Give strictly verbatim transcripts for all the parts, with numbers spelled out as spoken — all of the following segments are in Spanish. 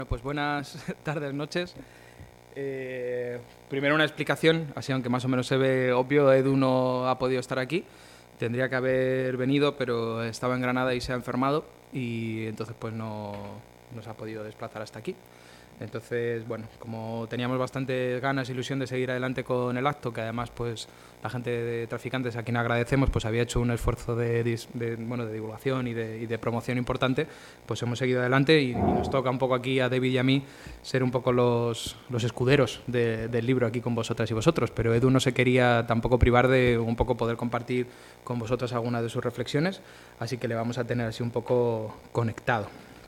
Pues buenas tardes, noches. Eh, primero una explicación, así aunque más o menos se ve obvio, Edu no ha podido estar aquí. Tendría que haber venido, pero estaba en Granada y se ha enfermado y entonces pues no, no se ha podido desplazar hasta aquí. Entonces, bueno, como teníamos bastantes ganas e ilusión de seguir adelante con el acto, que además pues la gente de Traficantes, a quien agradecemos, pues había hecho un esfuerzo de, de, bueno, de divulgación y de, y de promoción importante, pues hemos seguido adelante y, y nos toca un poco aquí a David y a mí ser un poco los, los escuderos de, del libro aquí con vosotras y vosotros, pero Edu no se quería tampoco privar de un poco poder compartir con vosotras algunas de sus reflexiones, así que le vamos a tener así un poco conectado.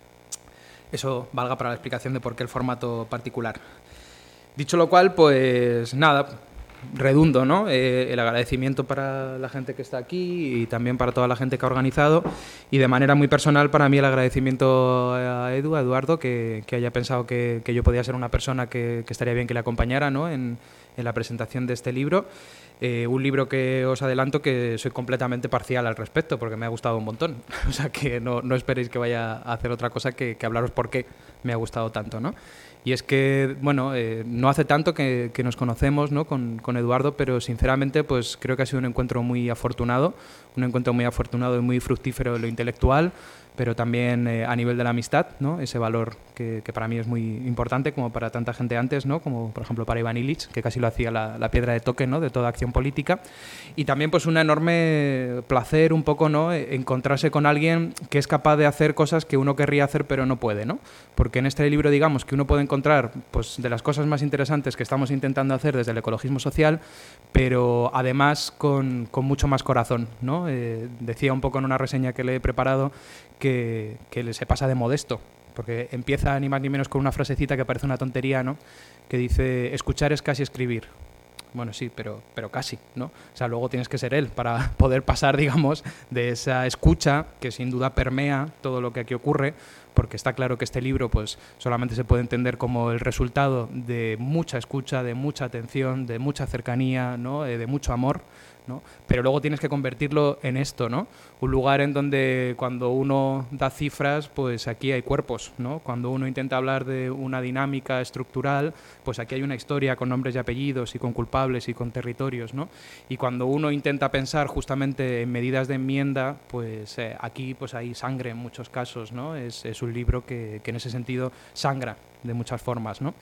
Eso valga para la explicación de por qué el formato particular. Dicho lo cual, pues nada, redundo, ¿no? Eh, el agradecimiento para la gente que está aquí y también para toda la gente que ha organizado, y de manera muy personal para mí el agradecimiento a Edu, a Eduardo, que, que haya pensado que, que yo podía ser una persona que, que estaría bien que le acompañara, ¿no? en, en la presentación de este libro. Eh, un libro que os adelanto que soy completamente parcial al respecto porque me ha gustado un montón. O sea que no, no esperéis que vaya a hacer otra cosa que, que hablaros por qué me ha gustado tanto, ¿no? Y es que, bueno, eh, no hace tanto que, que nos conocemos, ¿no? con, con Eduardo, pero sinceramente pues creo que ha sido un encuentro muy afortunado, un encuentro muy afortunado y muy fructífero en lo intelectual, pero también eh, a nivel de la amistad, ¿no? Ese valor que, que para mí es muy importante, como para tanta gente antes, ¿no? Como por ejemplo para Iván Illich, que casi lo hacía la, la piedra de toque, ¿no? De toda acción política. Y también pues un enorme placer un poco, ¿no? Encontrarse con alguien que es capaz de hacer cosas que uno querría hacer pero no puede, ¿no? Porque en este libro digamos que uno puede encontrar pues de las cosas más interesantes que estamos intentando hacer desde el ecologismo social, pero además con, con mucho más corazón, ¿no? Eh, decía un poco en una reseña que le he preparado que, que se pasa de modesto, porque empieza ni más ni menos con una frasecita que parece una tontería, ¿no? Que dice, escuchar es casi escribir. Bueno, sí, pero, pero casi, ¿no? O sea, luego tienes que ser él para poder pasar, digamos, de esa escucha que sin duda permea todo lo que aquí ocurre, porque está claro que este libro pues solamente se puede entender como el resultado de mucha escucha, de mucha atención, de mucha cercanía, ¿no? Eh, de mucho amor, ¿no? Pero luego tienes que convertirlo en esto, ¿no? Un lugar en donde cuando uno da cifras, pues aquí hay cuerpos, ¿no? Cuando uno intenta hablar de una dinámica estructural, pues aquí hay una historia con nombres y apellidos y con culpables y con territorios, ¿no? Y cuando uno intenta pensar justamente en medidas de enmienda, pues eh, aquí pues hay sangre en muchos casos, ¿no? Es, es un libro que, que en ese sentido sangra de muchas formas, ¿no?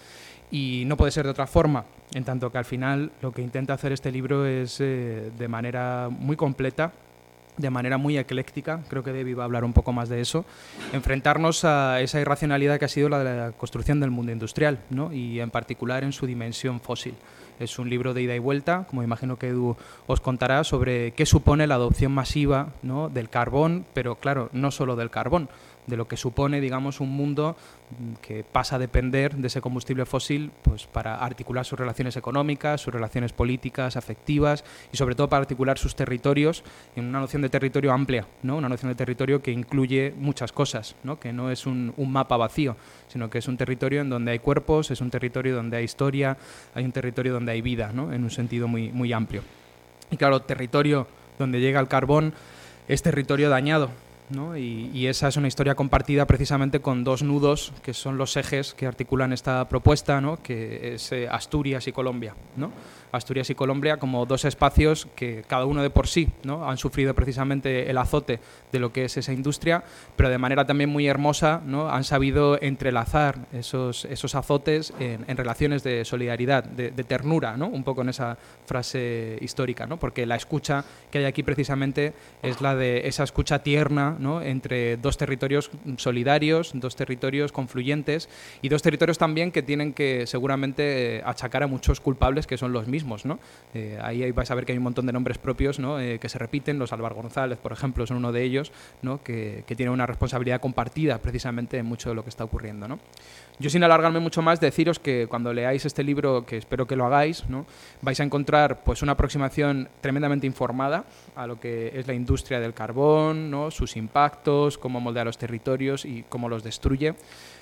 Y no puede ser de otra forma, en tanto que al final lo que intenta hacer este libro es eh, de manera muy completa, de manera muy ecléctica, creo que Debbie va a hablar un poco más de eso, enfrentarnos a esa irracionalidad que ha sido la de la construcción del mundo industrial, ¿no? Y en particular en su dimensión fósil. Es un libro de ida y vuelta, como imagino que Edu os contará, sobre qué supone la adopción masiva, ¿no? Del carbón, pero claro, no solo del carbón, de lo que supone, digamos, un mundo que pasa a depender de ese combustible fósil pues, para articular sus relaciones económicas, sus relaciones políticas, afectivas y sobre todo para articular sus territorios en una noción de territorio amplia, ¿no? Una noción de territorio que incluye muchas cosas, ¿no? Que no es un, un mapa vacío, sino que es un territorio en donde hay cuerpos, es un territorio donde hay historia, hay un territorio donde hay vida, ¿no? En un sentido muy, muy amplio. Y claro, territorio donde llega el carbón es territorio dañado, ¿no? Y, y esa es una historia compartida precisamente con dos nudos que son los ejes que articulan esta propuesta, ¿no? Que es eh, Asturias y Colombia, ¿no? Asturias y Colombia como dos espacios que cada uno de por sí, ¿no? Han sufrido precisamente el azote de lo que es esa industria, pero de manera también muy hermosa, ¿no? Han sabido entrelazar esos, esos azotes en, en relaciones de solidaridad, de, de ternura, ¿no? Un poco en esa frase histórica, ¿no? Porque la escucha que hay aquí precisamente es la de esa escucha tierna, ¿no? Entre dos territorios solidarios, dos territorios confluyentes y dos territorios también que tienen que seguramente eh, achacar a muchos culpables que son los mismos, ¿no? Eh, ahí vais a ver que hay un montón de nombres propios, ¿no? eh, que se repiten. Los Álvaro González, por ejemplo, son uno de ellos, ¿no? que, que tiene una responsabilidad compartida precisamente en mucho de lo que está ocurriendo, ¿no? Yo, sin alargarme mucho más, deciros que cuando leáis este libro, que espero que lo hagáis, ¿no? vais a encontrar pues, una aproximación tremendamente informada a lo que es la industria del carbón, ¿no? Sus impactos, cómo moldea los territorios y cómo los destruye.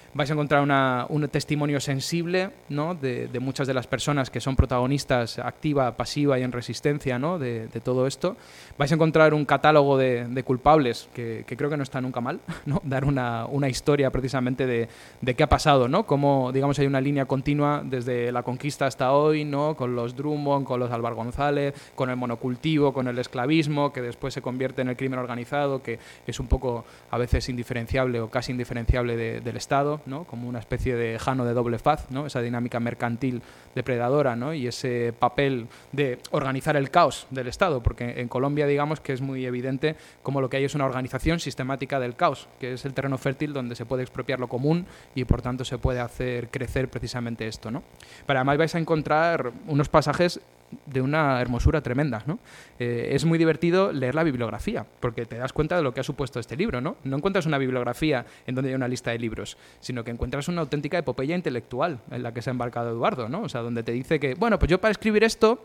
vais a encontrar una, un testimonio sensible, ¿no? de, de muchas de las personas que son protagonistas activa, pasiva y en resistencia, ¿no? de, de todo esto. Vais a encontrar un catálogo de, de culpables que, que creo que no está nunca mal, ¿no? Dar una, una historia precisamente de, de qué ha pasado, ¿no? Cómo, digamos, hay una línea continua desde la conquista hasta hoy, ¿no? Con los Drummond, con los Álvar González, con el monocultivo, con el esclavismo, que después se convierte en el crimen organizado, que es un poco a veces indiferenciable o casi indiferenciable de, del Estado, ¿no? Como una especie de Jano de doble faz, ¿no? Esa dinámica mercantil depredadora, ¿no? Y ese papel de organizar el caos del Estado, porque en Colombia digamos que es muy evidente como lo que hay es una organización sistemática del caos, que es el terreno fértil donde se puede expropiar lo común y por tanto se puede hacer crecer precisamente esto, ¿no? Pero además vais a encontrar unos pasajes de una hermosura tremenda, ¿no? Eh, es muy divertido leer la bibliografía, porque te das cuenta de lo que ha supuesto este libro, ¿no? No encuentras una bibliografía en donde hay una lista de libros, sino que encuentras una auténtica epopeya intelectual en la que se ha embarcado Eduardo, ¿no? O sea, donde te dice que, bueno, pues yo para escribir esto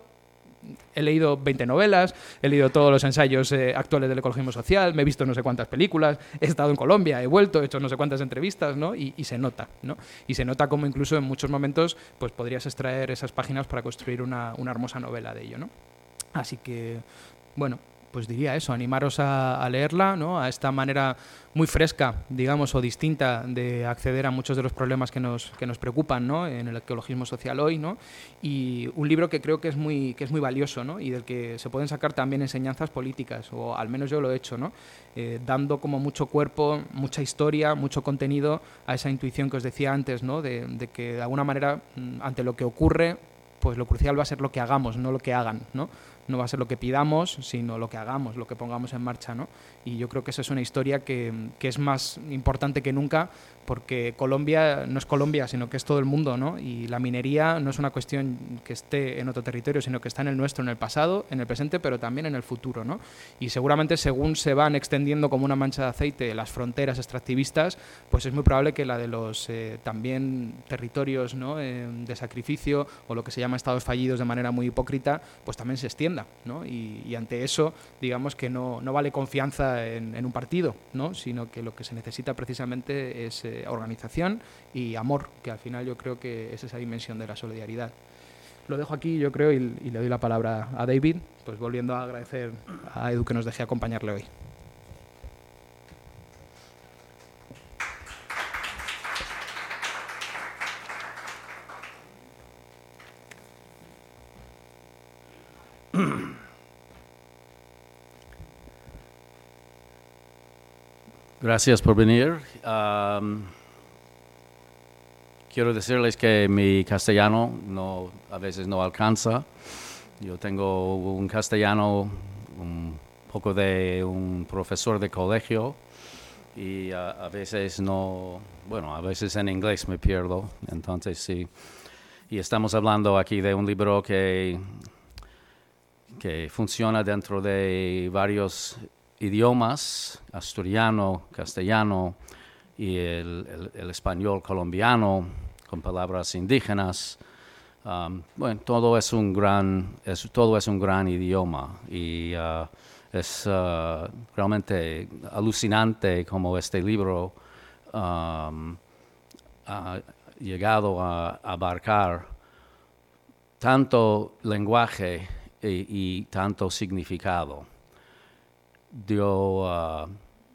he leído veinte novelas, he leído todos los ensayos eh, actuales del ecologismo social, me he visto no sé cuántas películas, he estado en Colombia, he vuelto, he hecho no sé cuántas entrevistas, ¿no? Y, y se nota, ¿no? Y se nota como incluso en muchos momentos pues podrías extraer esas páginas para construir una, una hermosa novela de ello, ¿no? Así que, bueno, pues diría eso, animaros a, a leerla, ¿no? A esta manera muy fresca, digamos, o distinta de acceder a muchos de los problemas que nos, que nos preocupan, ¿no? En el ecologismo social hoy, ¿no? Y un libro que creo que es muy, que es muy valioso, ¿no? Y del que se pueden sacar también enseñanzas políticas, o al menos yo lo he hecho, ¿no? Eh, dando como mucho cuerpo, mucha historia, mucho contenido a esa intuición que os decía antes, ¿no? De, de que de alguna manera, ante lo que ocurre, pues lo crucial va a ser lo que hagamos, no lo que hagan, ¿no? No va a ser lo que pidamos, sino lo que hagamos, lo que pongamos en marcha, ¿no? Y yo creo que esa es una historia que, que es más importante que nunca, porque Colombia no es Colombia, sino que es todo el mundo, ¿no? Y la minería no es una cuestión que esté en otro territorio, sino que está en el nuestro, en el pasado, en el presente, pero también en el futuro, ¿no? Y seguramente según se van extendiendo como una mancha de aceite las fronteras extractivistas, pues es muy probable que la de los eh, también territorios, ¿no? eh, de sacrificio o lo que se llama estados fallidos de manera muy hipócrita, pues también se extienda, ¿no? Y, y ante eso, digamos que no, no vale confianza en, en un partido, ¿no? Sino que lo que se necesita precisamente es eh, organización y amor, que al final yo creo que es esa dimensión de la solidaridad. Lo dejo aquí, yo creo, y, y le doy la palabra a David, pues volviendo a agradecer a Edu que nos deje acompañarle hoy. Gracias por venir. Um, quiero decirles que mi castellano no, a veces no alcanza. Yo tengo un castellano un poco de un profesor de colegio y uh, a veces no, bueno, a veces en inglés me pierdo. Entonces sí. Y estamos hablando aquí de un libro que, que funciona dentro de varios idiomas, asturiano, castellano y el, el, el español colombiano con palabras indígenas. Um, bueno, todo es un gran, es, todo es un gran idioma y uh, es uh, realmente alucinante como este libro um, ha llegado a abarcar tanto lenguaje y, y tanto significado. Yo, uh,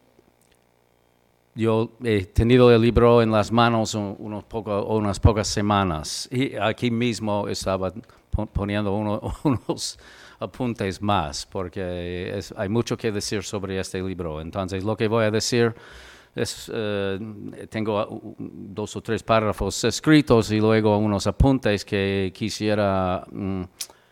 yo he tenido el libro en las manos un, unos poco, unas pocas semanas y aquí mismo estaba poniendo uno, unos apuntes más porque es, hay mucho que decir sobre este libro. Entonces lo que voy a decir es, uh, tengo dos o tres párrafos escritos y luego unos apuntes que quisiera um,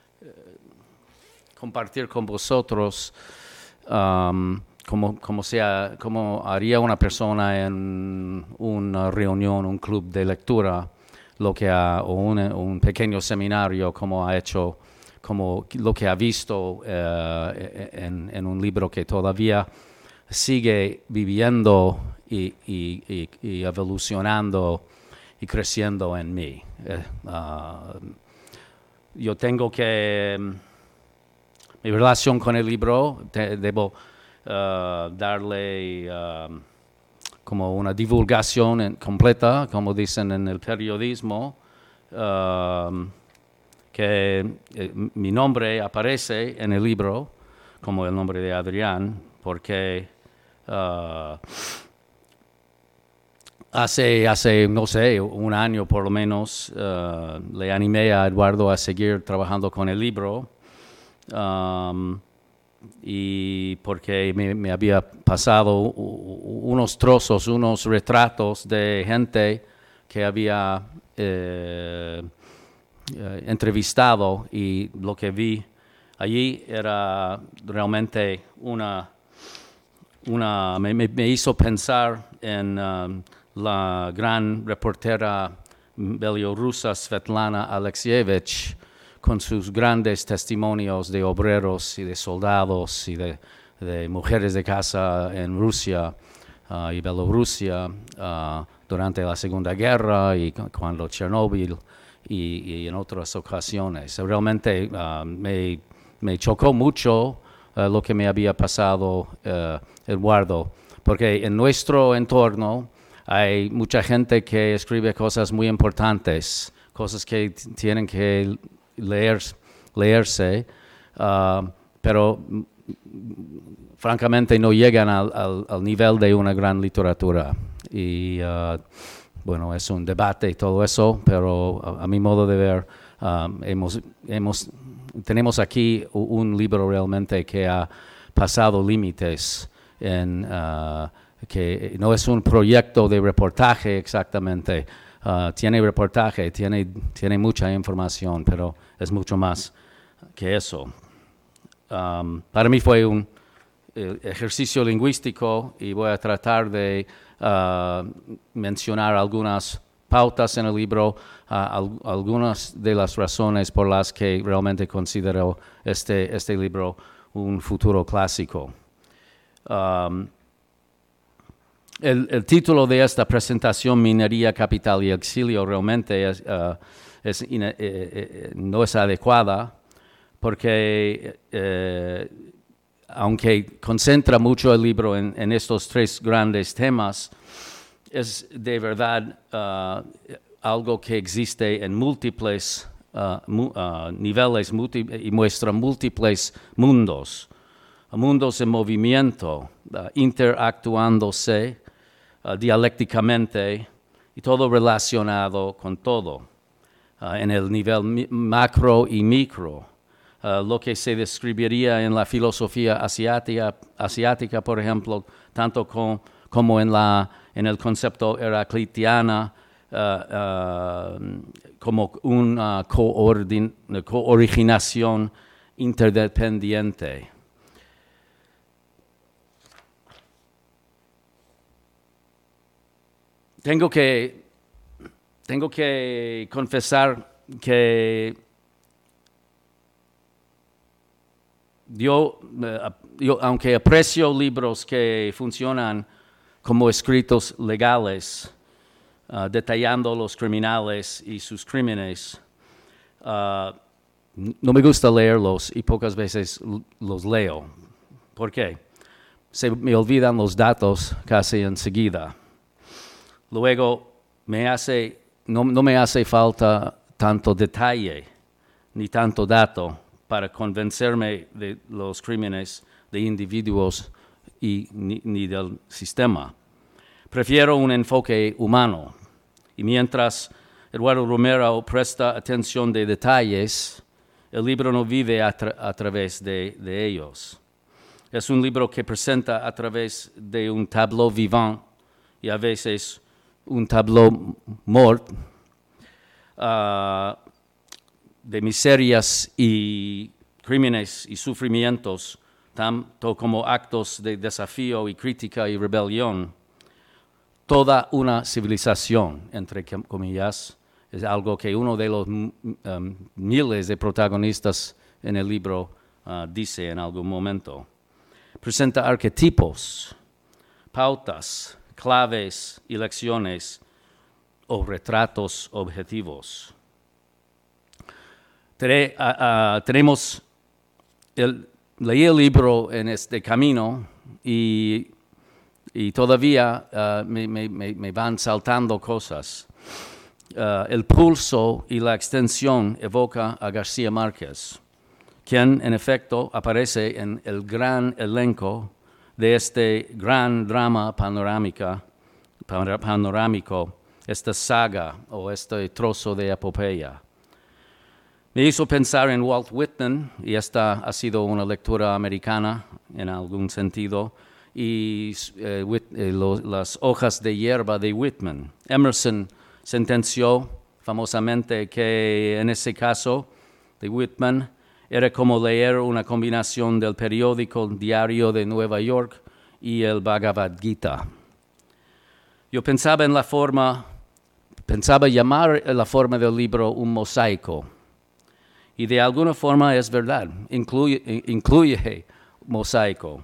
compartir con vosotros. Um, como, como, sea, como haría una persona en una reunión, un club de lectura, lo que ha, o un, un pequeño seminario, como ha hecho, como lo que ha visto uh, en, en un libro que todavía sigue viviendo y, y, y, y evolucionando y creciendo en mí. Uh, uh, yo tengo que... Mi relación con el libro, te, debo uh, darle uh, como una divulgación en, completa, como dicen en el periodismo, uh, que eh, mi nombre aparece en el libro como el nombre de Adrián, porque uh, hace, hace, no sé, un año por lo menos, uh, le animé a Eduardo a seguir trabajando con el libro, um, y porque me, me había pasado unos trozos, unos retratos de gente que había eh, eh, entrevistado, y lo que vi allí era realmente una, una me, me hizo pensar en um, la gran reportera bielorrusa Svetlana Alexievich, con sus grandes testimonios de obreros y de soldados y de, de mujeres de casa en Rusia uh, y Bielorrusia uh, durante la Segunda Guerra y cuando Chernobyl y, y en otras ocasiones. Realmente uh, me, me chocó mucho uh, lo que me había pasado, uh, Eduardo, porque en nuestro entorno hay mucha gente que escribe cosas muy importantes, cosas que t- tienen que leer, leerse, uh, pero m- francamente no llegan al, al, al nivel de una gran literatura. Y uh, bueno, es un debate y todo eso, pero a, a mi modo de ver, um, hemos, hemos, tenemos aquí un libro realmente que ha pasado límites, en, uh, que no es un proyecto de reportaje exactamente. Uh, tiene reportaje, tiene, tiene mucha información, pero es mucho más que eso. Um, para mí fue un eh, ejercicio lingüístico y voy a tratar de uh, mencionar algunas pautas en el libro, uh, al, algunas de las razones por las que realmente considero este, este libro un futuro clásico. Um, El, el título de esta presentación, Minería, Capital y Exilio, realmente es, uh, es ine, eh, eh, no es adecuada, porque eh, aunque concentra mucho el libro en, en estos tres grandes temas, es de verdad uh, algo que existe en múltiples uh, mu, uh, niveles multi, y muestra múltiples mundos, mundos en movimiento, uh, interactuándose Uh, dialécticamente, y todo relacionado con todo, uh, en el nivel mi- macro y micro, uh, lo que se describiría en la filosofía asiática, asiática por ejemplo, tanto con, como en, la, en el concepto heraclitiano, uh, uh, como una coordin- cooriginación interdependiente. Tengo que, tengo que confesar que yo, uh, yo, aunque aprecio libros que funcionan como escritos legales, uh, detallando los criminales y sus crímenes, uh, no me gusta leerlos y pocas veces l- los leo. ¿Por qué? Se me olvidan los datos casi enseguida. Luego, me hace, no, no me hace falta tanto detalle ni tanto dato para convencerme de los crímenes de individuos y ni, ni del sistema. Prefiero un enfoque humano. Y mientras Eduardo Romero presta atención de detalles, el libro no vive a, tra- a través de, de ellos. Es un libro que presenta a través de un tableau vivant y a veces un tableau mort uh, de miserias y crímenes y sufrimientos, tanto como actos de desafío y crítica y rebelión. Toda una civilización, entre comillas, es algo que uno de los um, miles de protagonistas en el libro uh, dice en algún momento. Presenta arquetipos, pautas, claves y lecciones o retratos objetivos. Tere, uh, uh, tenemos el, leí el libro en este camino y y todavía uh, me, me, me van saltando cosas. Uh, el pulso y la extensión evoca a García Márquez, quien en efecto aparece en el gran elenco de este gran drama panorámica, panorámico, esta saga o este trozo de epopeya. Me hizo pensar en Walt Whitman, y esta ha sido una lectura americana en algún sentido, y eh, Whit, eh, lo, las hojas de hierba de Whitman. Emerson sentenció famosamente que en ese caso de Whitman era como leer una combinación del periódico Diario de Nueva York y el Bhagavad Gita. Yo pensaba en la forma, pensaba llamar la forma del libro un mosaico. Y de alguna forma es verdad, incluye, incluye mosaico,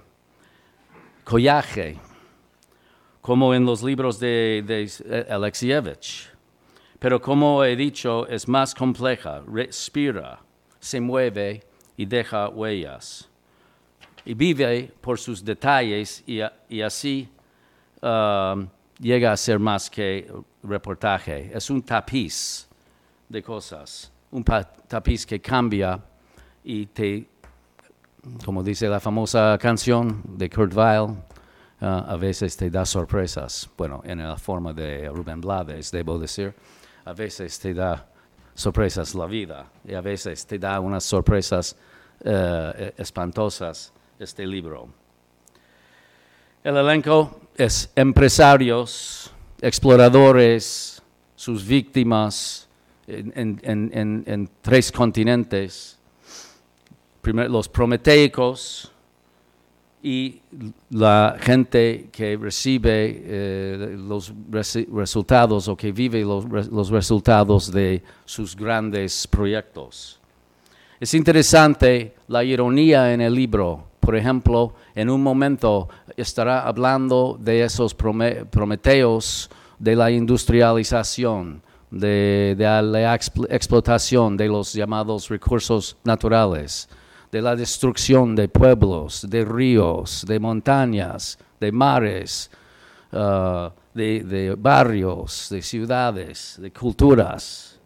collaje, como en los libros de, de Alexievich. Pero como he dicho, es más compleja, respira, se mueve y deja huellas. Y vive por sus detalles y, y así uh, llega a ser más que reportaje. Es un tapiz de cosas. Un tapiz que cambia y te, como dice la famosa canción de Kurt Weill, uh, a veces te da sorpresas. Bueno, en la forma de Rubén Blades, debo decir, a veces te da sorpresas la vida y a veces te da unas sorpresas uh, espantosas este libro. El elenco es empresarios, exploradores, sus víctimas, En, en, en, en tres continentes, Primer, los prometeicos y la gente que recibe eh, los res, resultados o que vive los, los resultados de sus grandes proyectos. Es interesante la ironía en el libro. Por ejemplo, en un momento estará hablando de esos prometeos de la industrialización, De, de la expl- explotación de los llamados recursos naturales, de la destrucción de pueblos, de ríos, de montañas, de mares, uh, de, de barrios, de ciudades, de culturas.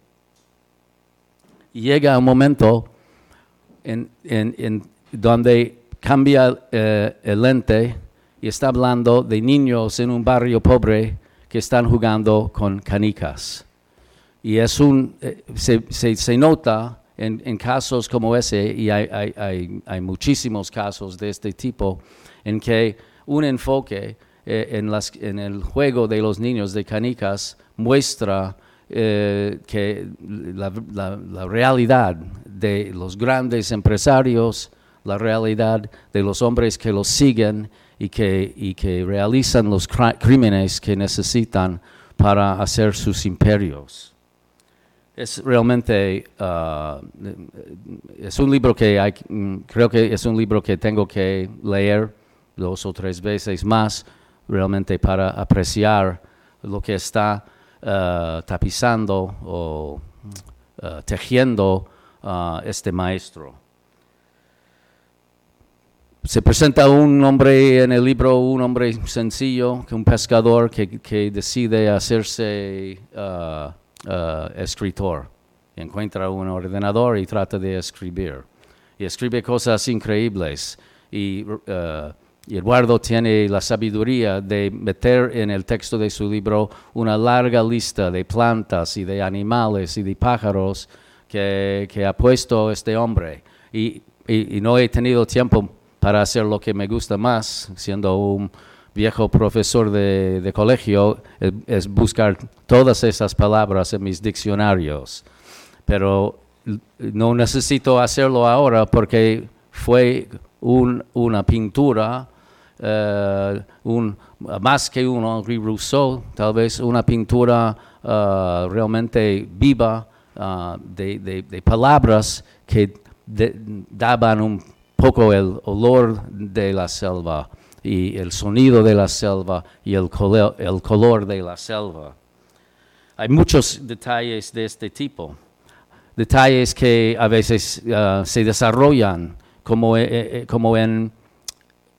Y llega un momento en, en, en donde cambia eh, el lente y está hablando de niños en un barrio pobre que están jugando con canicas. Y es un, eh, se, se, se nota en, en casos como ese, y hay, hay, hay, hay muchísimos casos de este tipo, en que un enfoque eh, en, las, en el juego de los niños de canicas muestra eh, que la, la, la realidad de los grandes empresarios, la realidad de los hombres que los siguen y que, y que realizan los cr- crímenes que necesitan para hacer sus imperios. Es realmente, uh, es un libro que hay, creo que es un libro que tengo que leer dos o tres veces más, realmente para apreciar lo que está uh, tapizando o uh, tejiendo uh, este maestro. Se presenta un hombre en el libro, un hombre sencillo, un pescador que, que decide hacerse Uh, Uh, escritor. Encuentra un ordenador y trata de escribir. Y escribe cosas increíbles. Y, uh, y Eduardo tiene la sabiduría de meter en el texto de su libro una larga lista de plantas y de animales y de pájaros que, que ha puesto este hombre. Y, y, y no he tenido tiempo para hacer lo que me gusta más, siendo un viejo profesor de, de colegio, es, es buscar todas esas palabras en mis diccionarios. Pero no necesito hacerlo ahora porque fue un, una pintura, uh, un, más que un Henri Rousseau, tal vez una pintura uh, realmente viva uh, de, de, de palabras que de, daban un poco el olor de la selva y el sonido de la selva y el color, el color de la selva. Hay muchos detalles de este tipo, detalles que a veces uh, se desarrollan como, eh, como en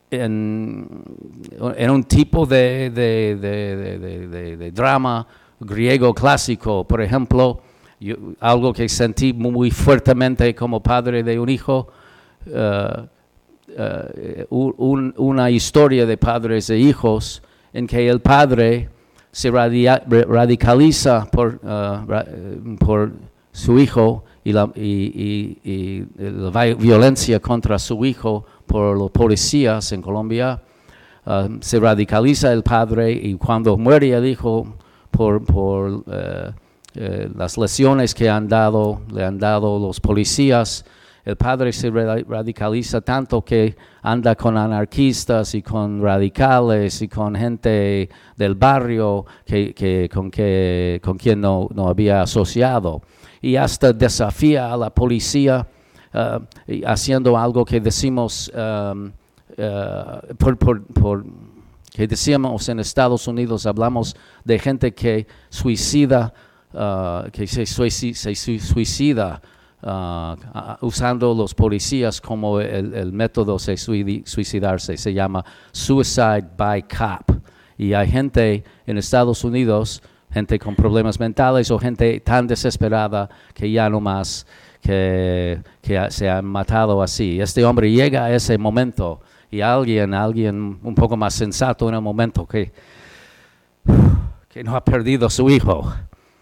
en, en un tipo de, de, de, de, de, de, de drama griego clásico. Por ejemplo, yo, algo que sentí muy fuertemente como padre de un hijo, uh, uh, un, una historia de padres e hijos en que el padre se radia, radicaliza por, uh, por su hijo y la, y, y, y la violencia contra su hijo por los policías en Colombia. Uh, se radicaliza el padre y cuando muere el hijo por, por uh, uh, las lesiones que han dado, le han dado los policías, el padre se radicaliza tanto que anda con anarquistas y con radicales y con gente del barrio que, que, con, que, con quien no, no había asociado. Y hasta desafía a la policía uh, haciendo algo que decimos, um, uh, por, por, por, que decíamos en Estados Unidos, hablamos de gente que suicida, uh, que se, suicida, se suicida Uh, uh, usando los policías como el, el método de suicidarse. Se llama suicide by cop. Y hay gente en Estados Unidos, gente con problemas mentales o gente tan desesperada que ya no más, que, que se han matado así. Este hombre llega a ese momento y alguien, alguien un poco más sensato en el momento que, que no ha perdido a su hijo,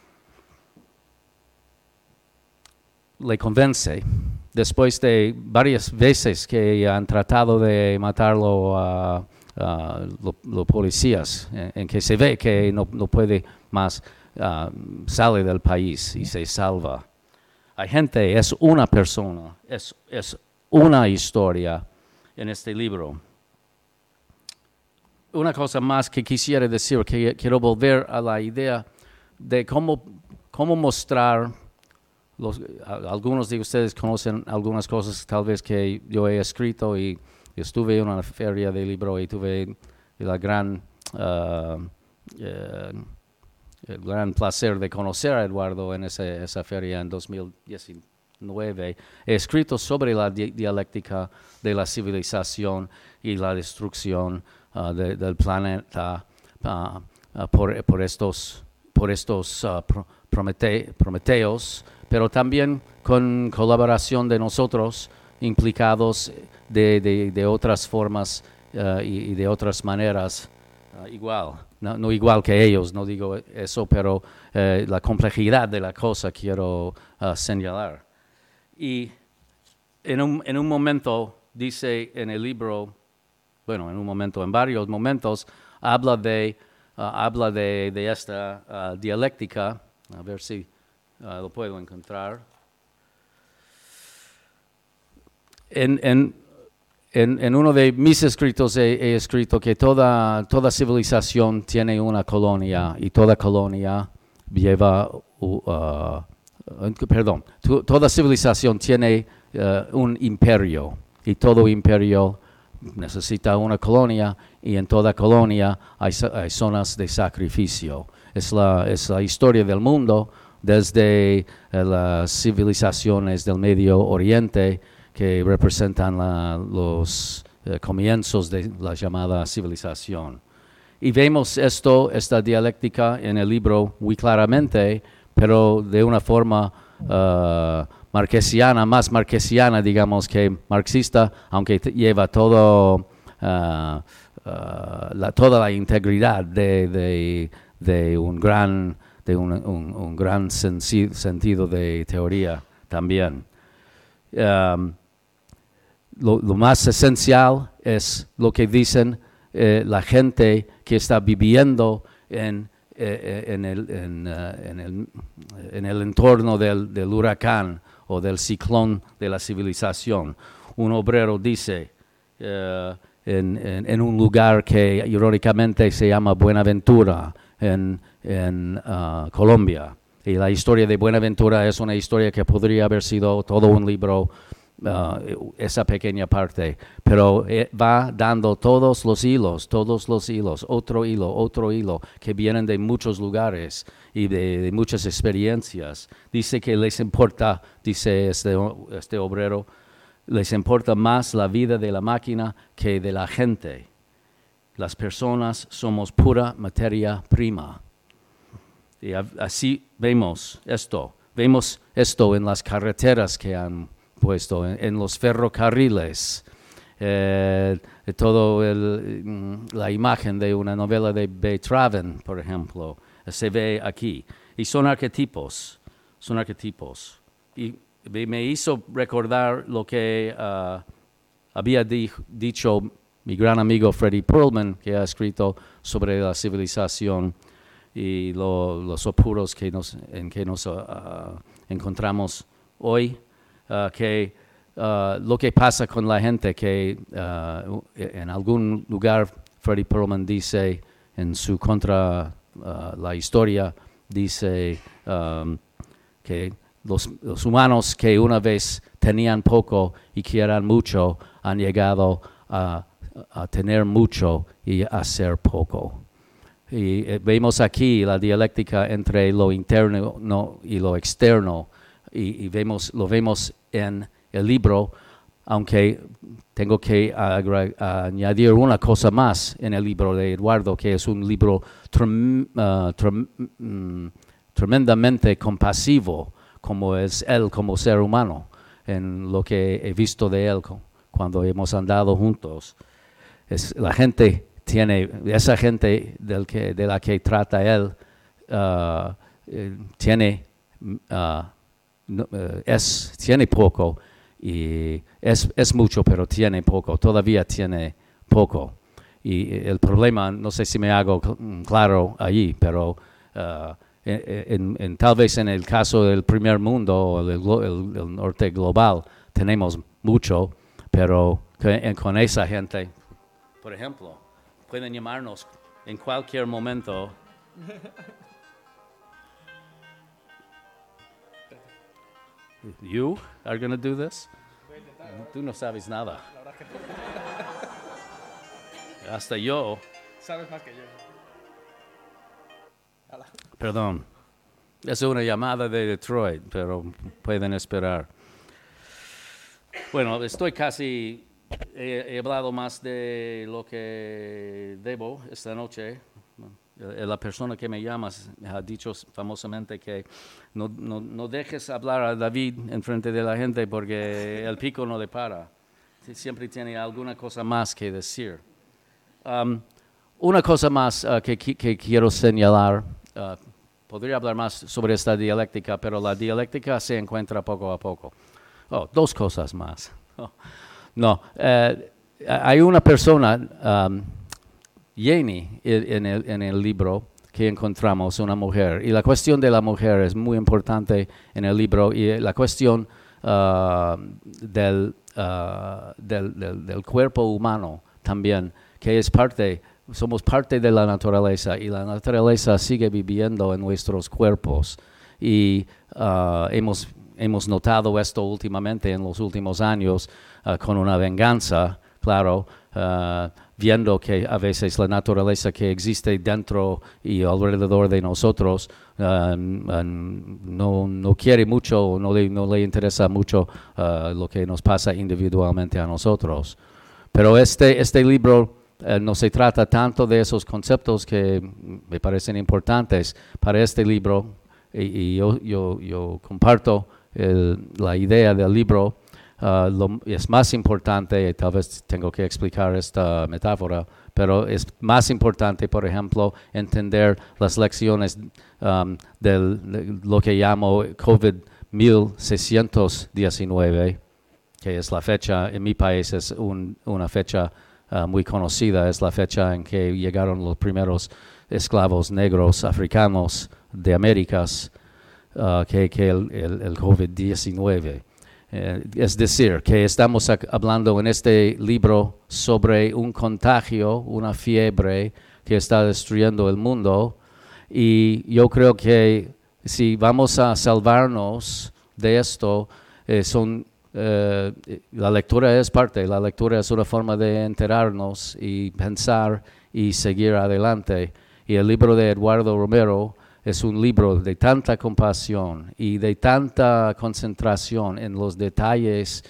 le convence, después de varias veces que han tratado de matarlo a uh, uh, los lo policías, en, en que se ve que no, no puede más, uh, sale del país y se salva. Hay gente, es una persona, es, es una historia en este libro. Una cosa más que quisiera decir, que quiero volver a la idea de cómo, cómo mostrar. Los, algunos de ustedes conocen algunas cosas tal vez que yo he escrito y estuve en una feria de libro y tuve la gran, uh, uh, el gran placer de conocer a Eduardo en ese, esa feria en dos mil diecinueve. He escrito sobre la di dialéctica de la civilización y la destrucción uh, de, del planeta uh, uh, por, por estos, por estos uh, pro, promete, prometeos, pero también con colaboración de nosotros implicados de, de, de otras formas uh, y, y de otras maneras uh, igual, no, no igual que ellos, no digo eso, pero uh, la complejidad de la cosa quiero uh, señalar. Y en un, en un momento dice en el libro, bueno, en un momento, en varios momentos, habla de, uh, habla de, de esta uh, dialéctica, a ver si Uh, lo puedo encontrar. En, en, en, en uno de mis escritos he, he escrito que toda, toda civilización tiene una colonia y toda colonia lleva, uh, uh, perdón, to, toda civilización tiene uh, un imperio y todo imperio necesita una colonia y en toda colonia hay, hay zonas de sacrificio. Es la, es la historia del mundo desde uh, las civilizaciones del Medio Oriente que representan la, los uh, comienzos de la llamada civilización. Y vemos esto, esta dialéctica en el libro muy claramente, pero de una forma uh, marquesiana, más marquesiana, digamos, que marxista, aunque lleva todo, uh, uh, la, toda la integridad de, de, de un gran... de un, un, un gran sensi sentido de teoría también. Um, lo, lo más esencial es lo que dicen eh, la gente que está viviendo en, eh, en, el, en, uh, en, el, en el entorno del, del huracán o del ciclón de la civilización. Un obrero dice uh, en, en, en un lugar que irónicamente se llama Buenaventura, en en uh, Colombia. Y la historia de Buenaventura es una historia que podría haber sido todo un libro, uh, esa pequeña parte, pero eh, va dando todos los hilos, todos los hilos, otro hilo, otro hilo, que vienen de muchos lugares y de, de muchas experiencias. Dice que les importa, dice este, este obrero, les importa más la vida de la máquina que de la gente. Las personas somos pura materia prima. Y así vemos esto. Vemos esto en las carreteras que han puesto, en, en los ferrocarriles. Eh, todo el, la imagen de una novela de Beethoven, por ejemplo, se ve aquí. Y son arquetipos, son arquetipos. Y me hizo recordar lo que uh, había di- dicho mi gran amigo Freddie Pearlman, que ha escrito sobre la civilización y lo, los apuros que nos, en que nos uh, encontramos hoy, uh, que uh, lo que pasa con la gente, que uh, en algún lugar Freddie Pearlman dice en su contra uh, la historia, dice um, que los, los humanos que una vez tenían poco y que eran mucho han llegado a, a tener mucho y a ser poco. Y eh, vemos aquí la dialéctica entre lo interno no, y lo externo, y, y vemos, lo vemos en el libro, aunque tengo que agra- añadir una cosa más en el libro de Eduardo, que es un libro trem, uh, trem, mm, tremendamente compasivo, como es él como ser humano, en lo que he visto de él cuando hemos andado juntos. Es la gente tiene, esa gente del que, de la que trata él, uh, eh, tiene, uh, no, uh, es, tiene poco, y es, es mucho, pero tiene poco, todavía tiene poco. Y el problema, no sé si me hago claro allí, pero uh, en, en, en, tal vez en el caso del primer mundo o el, el, el norte global, tenemos mucho, pero que, con esa gente, por ejemplo, pueden llamarnos en cualquier momento. You are going to do this? Tú no sabes nada. La verdad es que no. Hasta yo. Sabes más que yo. Hala. Perdón. Es una llamada de Detroit, pero pueden esperar. Bueno, estoy casi... He, he hablado más de lo que debo esta noche. La persona que me llama ha dicho famosamente que no, no, no dejes hablar a David en frente de la gente porque el pico no le para. Siempre tiene alguna cosa más que decir. Um, una cosa más uh, que, que quiero señalar, uh, podría hablar más sobre esta dialéctica, pero la dialéctica se encuentra poco a poco. Oh, dos cosas más. Oh, no, uh, hay una persona... Um, Jenny, en el, en el libro que encontramos, una mujer. Y la cuestión de la mujer es muy importante en el libro. Y la cuestión uh, del, uh, del, del, del cuerpo humano también, que es parte, somos parte de la naturaleza. Y la naturaleza sigue viviendo en nuestros cuerpos. Y uh, hemos, hemos notado esto últimamente en los últimos años uh, con una venganza, claro, uh, viendo que a veces la naturaleza que existe dentro y alrededor de nosotros um, um, no, no quiere mucho, no le, no le interesa mucho uh, lo que nos pasa individualmente a nosotros. Pero este, este libro uh, no se trata tanto de esos conceptos que me parecen importantes para este libro, y, y yo, yo, yo comparto el, la idea del libro. Uh, lo, es más importante, tal vez tengo que explicar esta metáfora, pero es más importante, por ejemplo, entender las lecciones um, de lo que llamo COVID mil seiscientos diecinueve, que es la fecha, en mi país es un, una fecha uh, muy conocida, es la fecha en que llegaron los primeros esclavos negros africanos de Américas, uh, que, que el, el, el COVID diecinueve. Eh, es decir, que estamos hablando en este libro sobre un contagio, una fiebre que está destruyendo el mundo, y yo creo que si vamos a salvarnos de esto, eh, son, eh, la lectura es parte, la lectura es una forma de enterarnos y pensar y seguir adelante. Y el libro de Eduardo Romero es un libro de tanta compasión y de tanta concentración en los detalles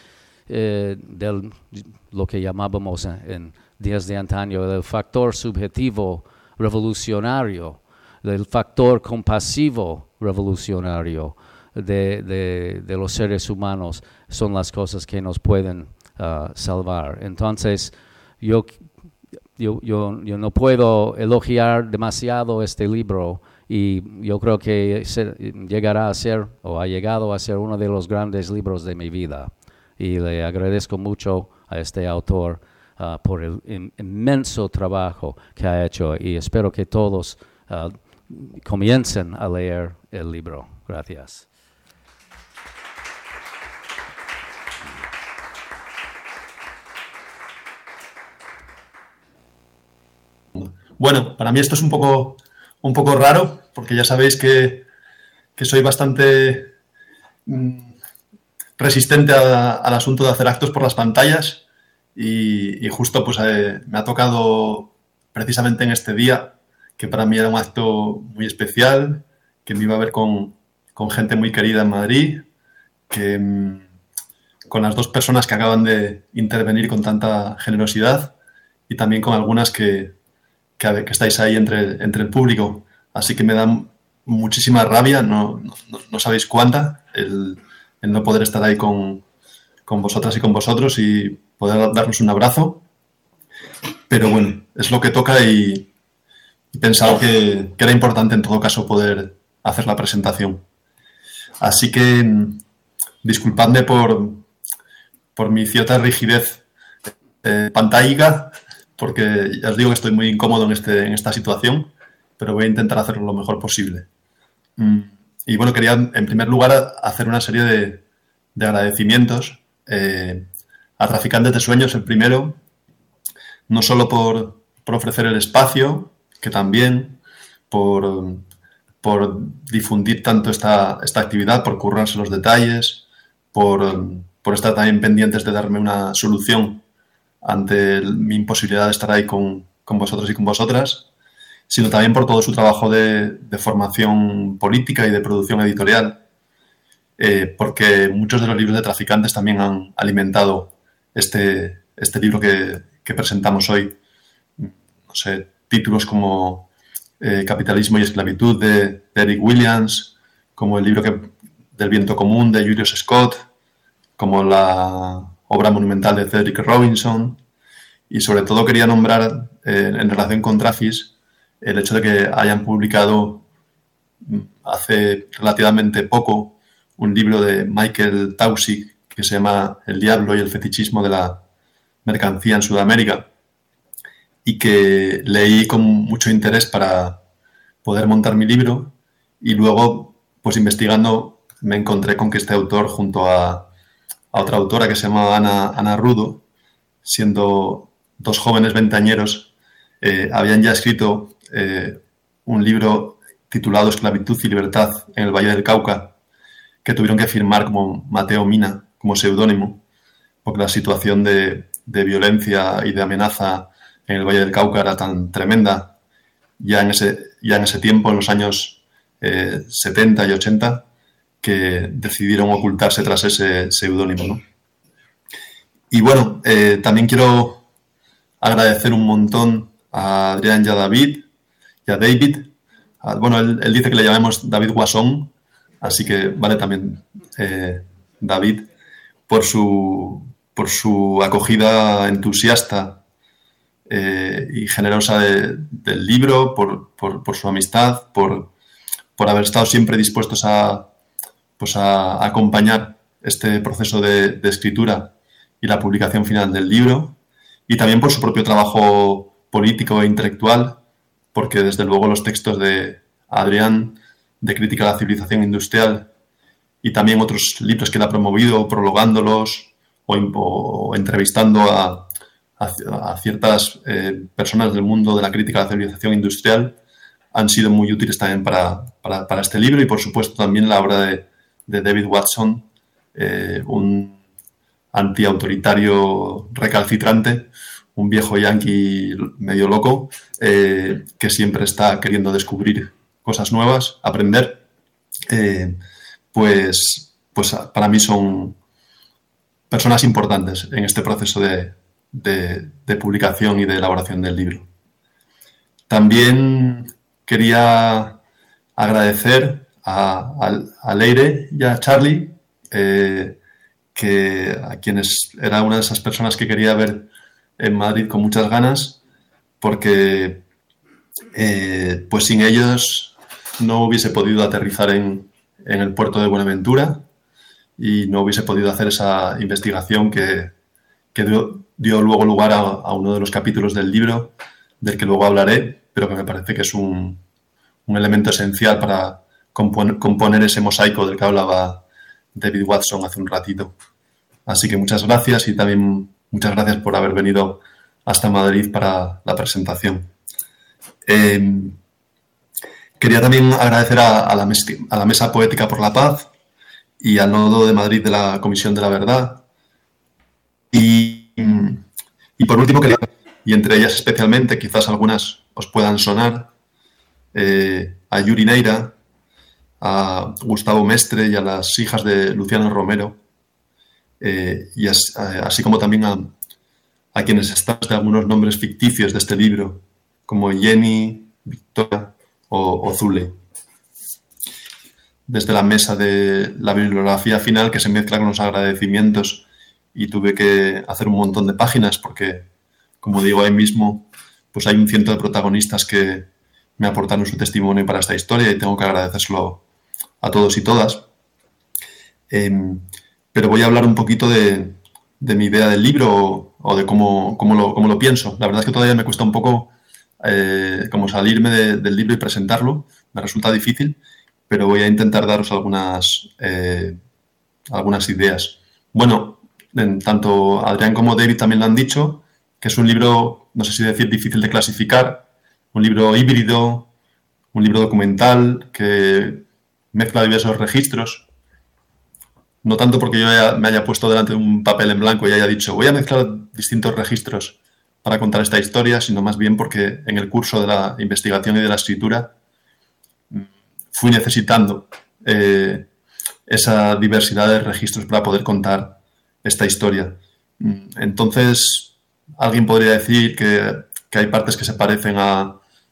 eh, de lo que llamábamos en, en días de antaño, del factor subjetivo revolucionario, del factor compasivo revolucionario de, de, de los seres humanos, son las cosas que nos pueden uh, salvar. Entonces, yo, yo, yo, yo no puedo elogiar demasiado este libro, y yo creo que ser, llegará a ser, o ha llegado a ser, uno de los grandes libros de mi vida. Y le agradezco mucho a este autor uh, por el in, inmenso trabajo que ha hecho, y espero que todos uh, comiencen a leer el libro. Gracias. Bueno, para mí esto es un poco, un poco raro, porque ya sabéis que, que soy bastante mm, resistente a, al asunto de hacer actos por las pantallas, y, y justo pues eh, me ha tocado precisamente en este día, que para mí era un acto muy especial, que me iba a ver con, con gente muy querida en Madrid, que mm, con las dos personas que acaban de intervenir con tanta generosidad, y también con algunas que Que, que estáis ahí entre, entre el público. Así que me da muchísima rabia, no, no, no sabéis cuánta, el, el no poder estar ahí con, con vosotras y con vosotros y poder darnos un abrazo. Pero bueno, es lo que toca, y, y pensaba que, que era importante en todo caso poder hacer la presentación. Así que disculpadme por, por mi cierta rigidez eh, pantállica, porque ya os digo que estoy muy incómodo en, este, en esta situación, pero voy a intentar hacerlo lo mejor posible. Y bueno, quería en primer lugar hacer una serie de, de agradecimientos eh, a Traficantes de Sueños, el primero, no solo por, por ofrecer el espacio, que también, por, por difundir tanto esta, esta actividad, por currarse los detalles, por, por estar también pendientes de darme una solución ante el, mi imposibilidad de estar ahí con, con vosotros y con vosotras, sino también por todo su trabajo de, de formación política y de producción editorial, eh, porque muchos de los libros de Traficantes también han alimentado este, este libro que, que presentamos hoy. No sé, títulos como eh, Capitalismo y Esclavitud de, de Eric Williams, como el libro que, del Viento Común de Julius Scott, como la obra monumental de Cedric Robinson, y sobre todo quería nombrar eh, en relación con Trafis el hecho de que hayan publicado hace relativamente poco un libro de Michael Taussig que se llama El diablo y el fetichismo de la mercancía en Sudamérica, y que leí con mucho interés para poder montar mi libro, y luego pues investigando me encontré con que este autor, junto a a otra autora que se llama Ana, Ana Rudo, siendo dos jóvenes veinteañeros, eh, habían ya escrito eh, un libro titulado Esclavitud y Libertad en el Valle del Cauca, que tuvieron que firmar como Mateo Mina, como seudónimo, porque la situación de, de violencia y de amenaza en el Valle del Cauca era tan tremenda ya en ese, ya en ese tiempo, en los años eh, setenta y ochenta, que decidieron ocultarse tras ese seudónimo, ¿no? Y bueno, eh, también quiero agradecer un montón a Adrián y a David, y a David. A, bueno, él, él dice que le llamemos David Guasón, así que vale también eh, David, por su, por su acogida entusiasta eh, y generosa de, del libro, por, por, por su amistad, por, por haber estado siempre dispuestos a pues a acompañar este proceso de, de escritura y la publicación final del libro, y también por su propio trabajo político e intelectual, porque desde luego los textos de Adrián, de crítica a la civilización industrial, y también otros libros que él ha promovido, prologándolos o, o entrevistando a, a, a ciertas eh, personas del mundo de la crítica a la civilización industrial, han sido muy útiles también para, para, para este libro, y por supuesto también la obra de de David Watson, eh, un antiautoritario recalcitrante, un viejo yanqui medio loco, eh, que siempre está queriendo descubrir cosas nuevas, aprender, eh, pues, pues para mí son personas importantes en este proceso de, de, de publicación y de elaboración del libro. También quería agradecer a, a, a Leire y a Charlie, eh, que, a quienes era una de esas personas que quería ver en Madrid con muchas ganas, porque eh, pues sin ellos no hubiese podido aterrizar en, en el puerto de Buenaventura y no hubiese podido hacer esa investigación que, que dio, dio luego lugar a, a uno de los capítulos del libro, del que luego hablaré, pero que me parece que es un, un elemento esencial para componer, componer ese mosaico del que hablaba David Watson hace un ratito. Así que muchas gracias y también muchas gracias por haber venido hasta Madrid para la presentación. Eh, quería también agradecer a, a, la mes, a la Mesa Poética por la Paz y al Nodo de Madrid de la Comisión de la Verdad. Y, y por último, quería, y entre ellas especialmente, quizás algunas os puedan sonar, eh, a Yuri Neira, a Gustavo Mestre y a las hijas de Luciano Romero, eh, y as, así como también a, a quienes están de algunos nombres ficticios de este libro, como Jenny, Victoria o, o Zule. Desde la mesa de la bibliografía final, que se mezcla con los agradecimientos, y tuve que hacer un montón de páginas porque, como digo ahí mismo, pues hay un ciento de protagonistas que me aportaron su testimonio para esta historia y tengo que agradecérselo a todos y todas. Eh, pero voy a hablar un poquito de, de mi idea del libro o, o de cómo, cómo, lo, cómo lo pienso. La verdad es que todavía me cuesta un poco eh, como salirme de, del libro y presentarlo. Me resulta difícil, pero voy a intentar daros algunas, eh, algunas ideas. Bueno, en, tanto Adrián como David también lo han dicho, que es un libro, no sé si decir difícil de clasificar, un libro híbrido, un libro documental que mezcla diversos registros. No tanto porque yo haya, me haya puesto delante de un papel en blanco y haya dicho voy a mezclar distintos registros para contar esta historia, sino más bien porque en el curso de la investigación y de la escritura fui necesitando eh, esa diversidad de registros para poder contar esta historia. Entonces, alguien podría decir que, que hay partes que se parecen a,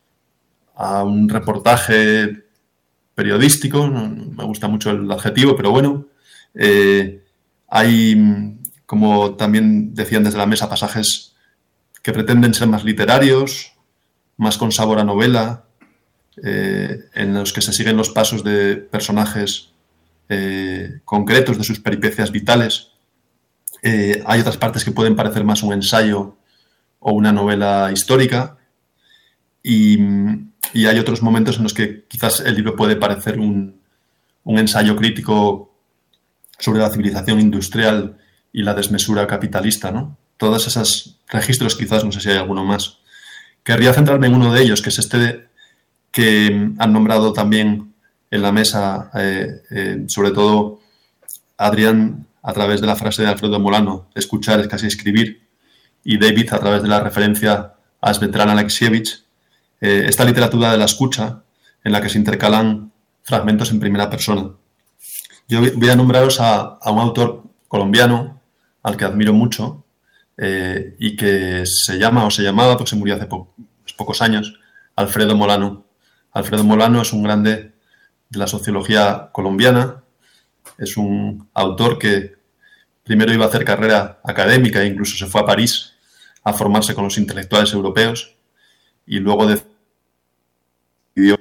a un reportaje periodístico, no, no me gusta mucho el adjetivo, pero bueno, eh, hay, como también decían desde la mesa, pasajes que pretenden ser más literarios, más con sabor a novela, eh, en los que se siguen los pasos de personajes eh, concretos, de sus peripecias vitales. Eh, hay otras partes que pueden parecer más un ensayo o una novela histórica y, y hay otros momentos en los que quizás el libro puede parecer un, un ensayo crítico sobre la civilización industrial y la desmesura capitalista, ¿no? Todos esos registros, quizás, no sé si hay alguno más. Querría centrarme en uno de ellos, que es este de, que han nombrado también en la mesa, eh, eh, sobre todo Adrián, a través de la frase de Alfredo Molano, escuchar es casi escribir, y David, a través de la referencia a Svetlana Alexievich, eh, esta literatura de la escucha, en la que se intercalan fragmentos en primera persona. Yo voy a nombraros a, a un autor colombiano al que admiro mucho eh, y que se llama o se llamaba, porque se murió hace po pocos años, Alfredo Molano. Alfredo Molano es un grande de la sociología colombiana, es un autor que primero iba a hacer carrera académica e incluso se fue a París a formarse con los intelectuales europeos y luego decidió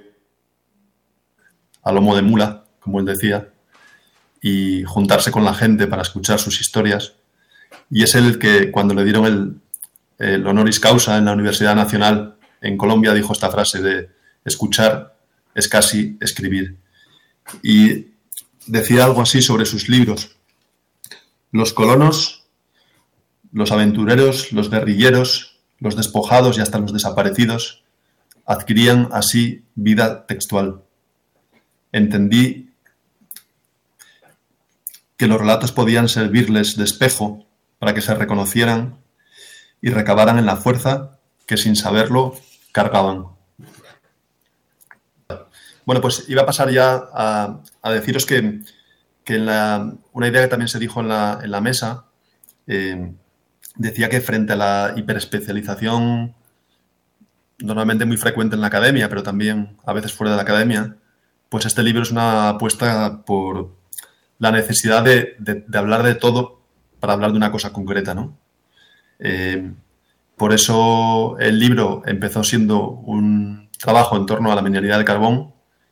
a lomo de mula, como él decía, y juntarse con la gente para escuchar sus historias. Y es él el que, cuando le dieron el, el honoris causa en la Universidad Nacional en Colombia, dijo esta frase de escuchar es casi escribir. Y decía algo así sobre sus libros. Los colonos, los aventureros, los guerrilleros, los despojados y hasta los desaparecidos adquirían así vida textual. Entendí que los relatos podían servirles de espejo para que se reconocieran y recabaran en la fuerza que sin saberlo cargaban. Bueno, pues iba a pasar ya a, a deciros que, que en la, una idea que también se dijo en la, en la mesa eh, decía que frente a la hiperespecialización normalmente muy frecuente en la academia, pero también a veces fuera de la academia, pues este libro es una apuesta por la necesidad de, de, de hablar de todo para hablar de una cosa concreta, ¿no? Eh, por eso el libro empezó siendo un trabajo en torno a la minería del carbón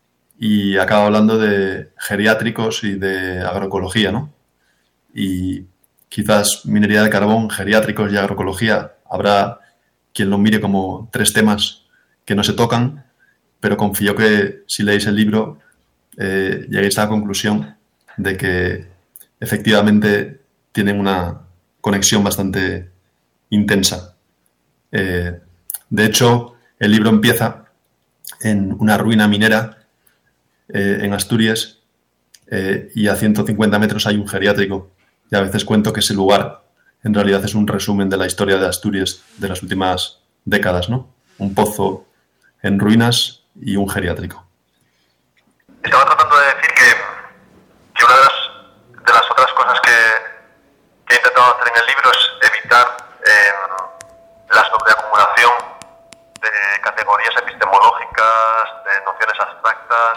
y acaba hablando de geriátricos y de agroecología, ¿no? Y quizás minería de carbón, geriátricos y agroecología, habrá quien lo mire como tres temas que no se tocan, pero confío que si leéis el libro eh, lleguéis a la conclusión de que efectivamente tienen una conexión bastante intensa. Eh, de hecho, el libro empieza en una ruina minera eh, en Asturias eh, y a ciento cincuenta metros hay un geriátrico. Y a veces cuento que ese lugar en realidad es un resumen de la historia de Asturias de las últimas décadas, ¿no? Un pozo en ruinas y un geriátrico. Estaba tratando de decir que, que una de las, de las otras cosas que, que he intentado hacer en el libro es evitar eh, la sobreacumulación de categorías epistemológicas, de nociones abstractas,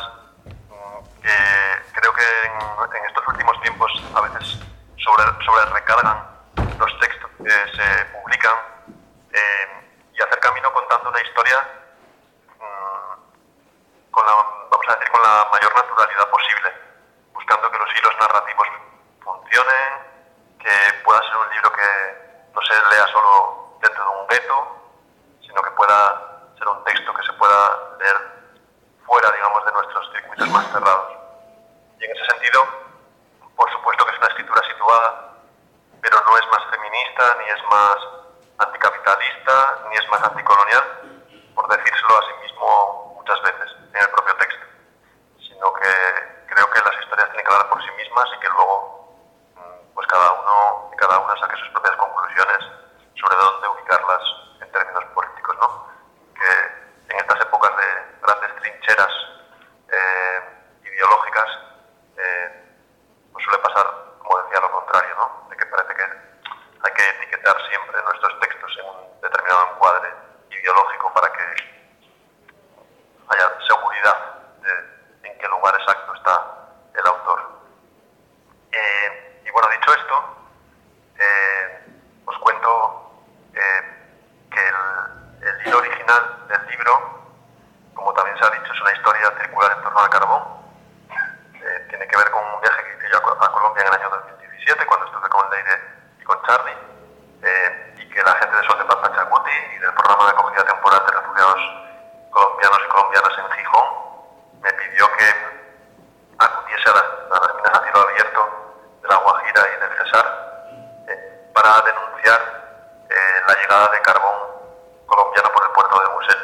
que creo que en, en estos últimos tiempos a veces sobre, sobre recargan los textos que se publican eh, y hacer camino contando una historia mmm, con la, vamos a decir, con la mayor naturalidad posible, buscando que los hilos narrativos funcionen, que pueda ser un libro que no se lea solo dentro de un gueto, sino que pueda ser un texto que se pueda leer fuera, digamos, de nuestros circuitos más cerrados. Y en ese sentido, por supuesto que es una escritura situada, pero no es más feminista, ni es más anticapitalista, ni es más anticolonial, por decírselo a sí mismo muchas veces en el propio texto, sino que creo que las historias tienen que hablar por sí mismas y que luego pues cada uno y cada una saque sus propias conclusiones sobre dónde ubicarlas en términos políticos, ¿no? Que en estas épocas de grandes trincheras eh, ideológicas eh, pues suele pasar, como decía, lo contrario, ¿no? De que parece que hay que etiquetar siempre nuestros textos en un determinado encuadre ideológico para que haya seguridad de en qué lugar exacto está el autor. Eh, y bueno, dicho esto, eh, os cuento eh, que el, el hilo original del libro, como también se ha dicho, es una historia circular en torno al carbón. Eh, tiene que ver con un viaje que hice yo a, a Colombia en el año dos mil diecisiete, cuando estuve con Leire y con Charlie, eh, y que la gente de Socepa Pachacuti y del programa de acogida temporal de refugiados colombianos y colombianas en Gijón me pidió que acudiese a las, a las minas a cielo abierto de La Guajira y del Cesar eh, para denunciar eh, la llegada de carbón colombiano por el puerto de Musel.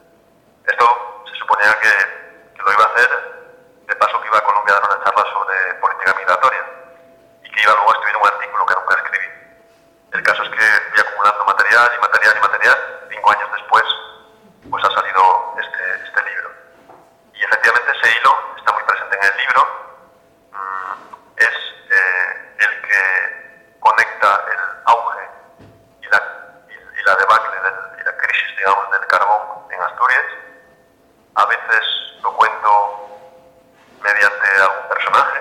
Esto se suponía que, que lo iba a hacer de paso que iba a Colombia a dar una charla sobre política migratoria y que iba luego a escribir un artículo que nunca escribí. El caso es que fui acumulando material y material y material. Cinco años después pues ha salido este, este libro. Y efectivamente ese hilo está muy presente en el libro. Mm, es eh, el que conecta el auge y la, y, y la debacle del, y la crisis, digamos, del carbón en Asturias. A veces lo cuento mediante algún personaje,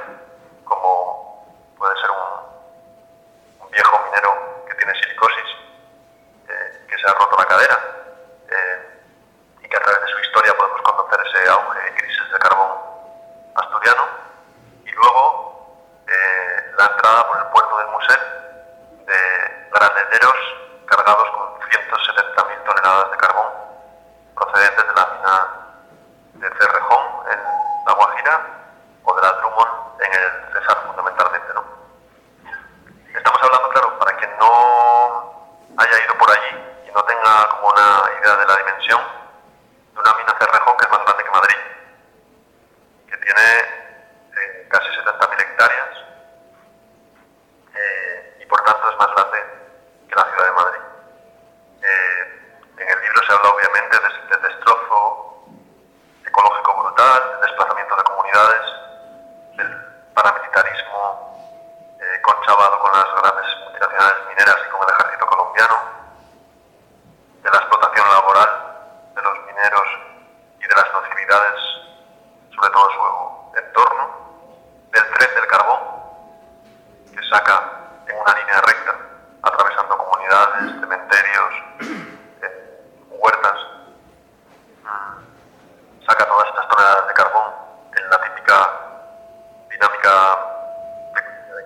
como puede ser un, un viejo minero que tiene silicosis, eh, que se ha roto la cadera, eh, y que a través de su historia podemos conocer ese auge y crisis del carbón asturiano. Y luego eh, la entrada por el puerto del Musel de granaderos cargados con ciento setenta mil toneladas de carbón procedentes de la mina de Cerrejón en La Guajira o de la Drummond en el Cesar, fundamentalmente, ¿no? Estamos hablando, claro, para quien no haya ido por allí y no tenga como una idea de la dimensión, de una mina Cerrejón que es más grande que Madrid, que tiene eh, casi setenta mil hectáreas eh, y por tanto es más grande que la ciudad de Madrid. Eh, en el libro se habla obviamente del de destrozo ecológico brutal, del desplazamiento de comunidades, del paramilitarismo eh, conchavado con las grandes multinacionales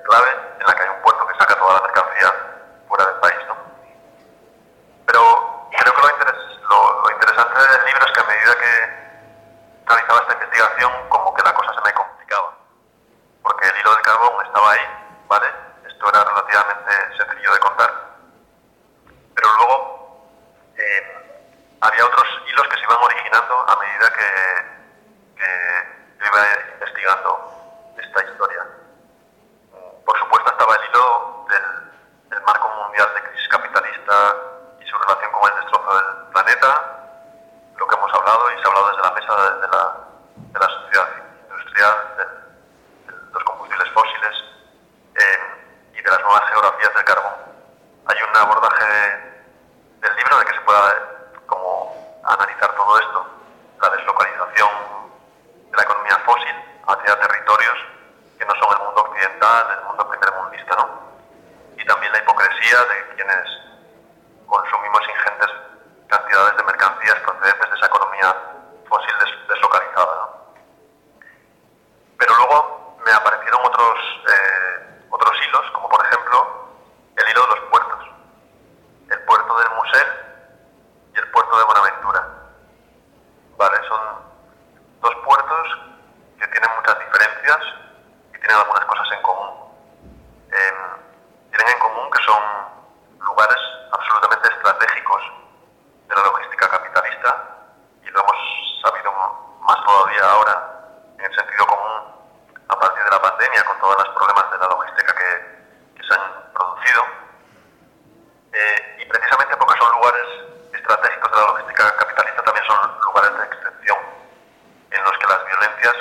clave en la que hay un puerto que saca toda la mercancía fuera del país, ¿no? Pero creo que lo, interes, lo, lo interesante del libro es que a medida que realizaba esta investigación, como que la cosa se me complicaba. Porque el hilo del carbón estaba ahí, ¿vale? Esto era relativamente sencillo de contar. Pero luego eh, había otros hilos que se iban originando a medida que, que yo iba investigando esta historia. Por supuesto estaba el hilo del, del marco mundial de crisis capitalista y su relación con el destrozo del planeta, lo que hemos hablado y se ha hablado desde la mesa de, de, la, de la sociedad industrial, de, de los combustibles fósiles eh, y de las nuevas geografías del carbón. Hay un abordaje de, del libro de que se pueda como analizar todo esto, la deslocalización de la economía fósil hacia territorios que no son el mundo occidental, el mundo primermundista, ¿no? Y también la hipocresía de quienes consumimos ingentes cantidades de mercancías procedentes de esa economía fósil des deslocalizada, ¿no? Pero luego me aparecieron otros, eh, otros hilos, como por ejemplo el hilo de los puertos. El puerto del Musel y el puerto de Buenaventura. Vale, son dos puertos que tienen muchas diferencias y tienen algunas cosas en común. Eh, tienen en común que son lugares absolutamente estratégicos de la logística capitalista y lo hemos sabido más todavía ahora en el sentido común a partir de la pandemia con todos los problemas de la logística que, que se han producido eh, y precisamente porque son lugares estratégicos de la logística capitalista también son lugares de excepción en los que las violencias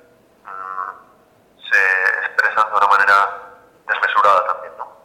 mmm, se expresan de una manera desmesurada también, ¿no?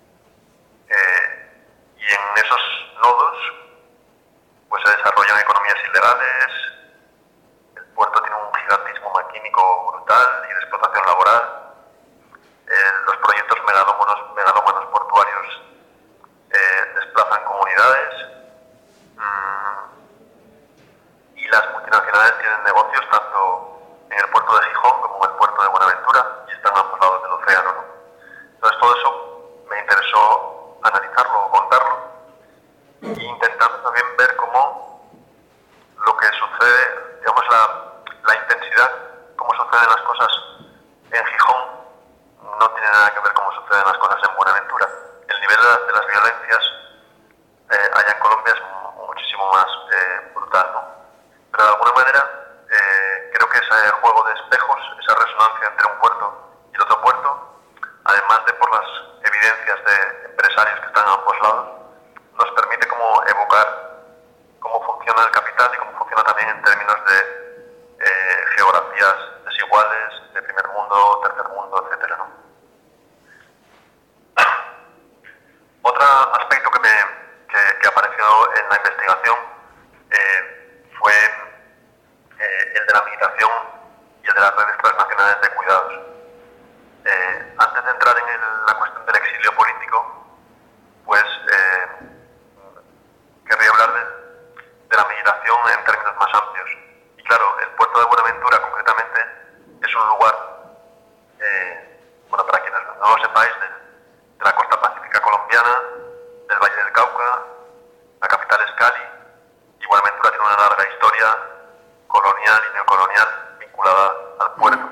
Eh, y en esos nodos pues se desarrollan economías ilegales, el puerto tiene un gigantismo maquínico brutal y de explotación laboral, eh, los proyectos megalómanos, megalómanos portuarios eh, desplazan comunidades mmm, y las multinacionales tienen negocios tanto en el puerto de Gijón como en el puerto de Buenaventura y están a ambos lados del océano, ¿no? Entonces todo eso me interesó analizarlo o contarlo e intentando también ver cómo lo que sucede, digamos la, la intensidad, cómo suceden las cosas en Gijón no tiene nada que ver cómo suceden las cosas en Buenaventura. El nivel de, las, de las violencias eh, allá en Colombia es muchísimo más eh, brutal, ¿no? Pero de alguna manera eh, creo que ese juego de espejos, esa resonancia entre un puerto y el otro puerto, además de por las evidencias de empresarios que están a ambos lados, nos permite como evocar cómo funciona el capital y cómo funciona también en términos de eh, geografías desiguales, de primer mundo, tercer mundo, etcétera, ¿no? Otro aspecto que, me, que, que apareció en la investigación eh, fue eh, el de la migración y el de las redes transnacionales de cuidados. Eh, antes de entrar en el, la cuestión del exilio político, pues eh, querría hablar de, de la migración en términos más amplios. Y claro, el puerto de Buenaventura concretamente es un lugar, eh, bueno, para quienes no lo sepáis, de, de la costa pacífica colombiana, del Valle del Cauca, la capital es Cali, y Buenaventura tiene una larga historia colonial y neocolonial vinculada al puerto.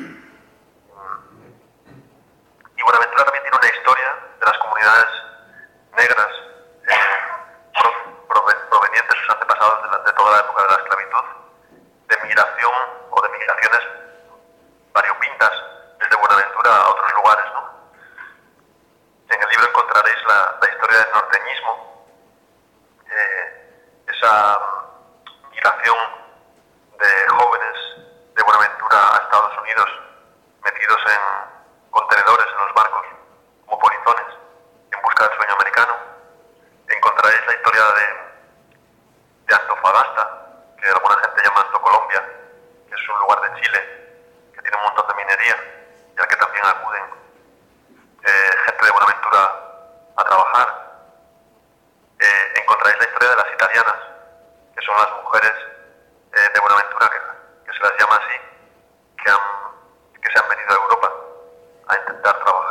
Y Buenaventura también tiene una historia de las comunidades negras eh, pro, pro, provenientes de sus antepasados de, la, de toda la época de la esclavitud, de migración o de migraciones variopintas desde Buenaventura a otros lugares, ¿no? En el libro encontraréis la, la historia del norteñismo, eh, esa migración de jóvenes de Buenaventura a Estados Unidos metidos en contenedores en los barcos como polizones en busca del sueño americano. Encontraréis la historia de, de Antofagasta, que alguna gente llama Antocolombia, que es un lugar de Chile que tiene un montón de minería y al que también acude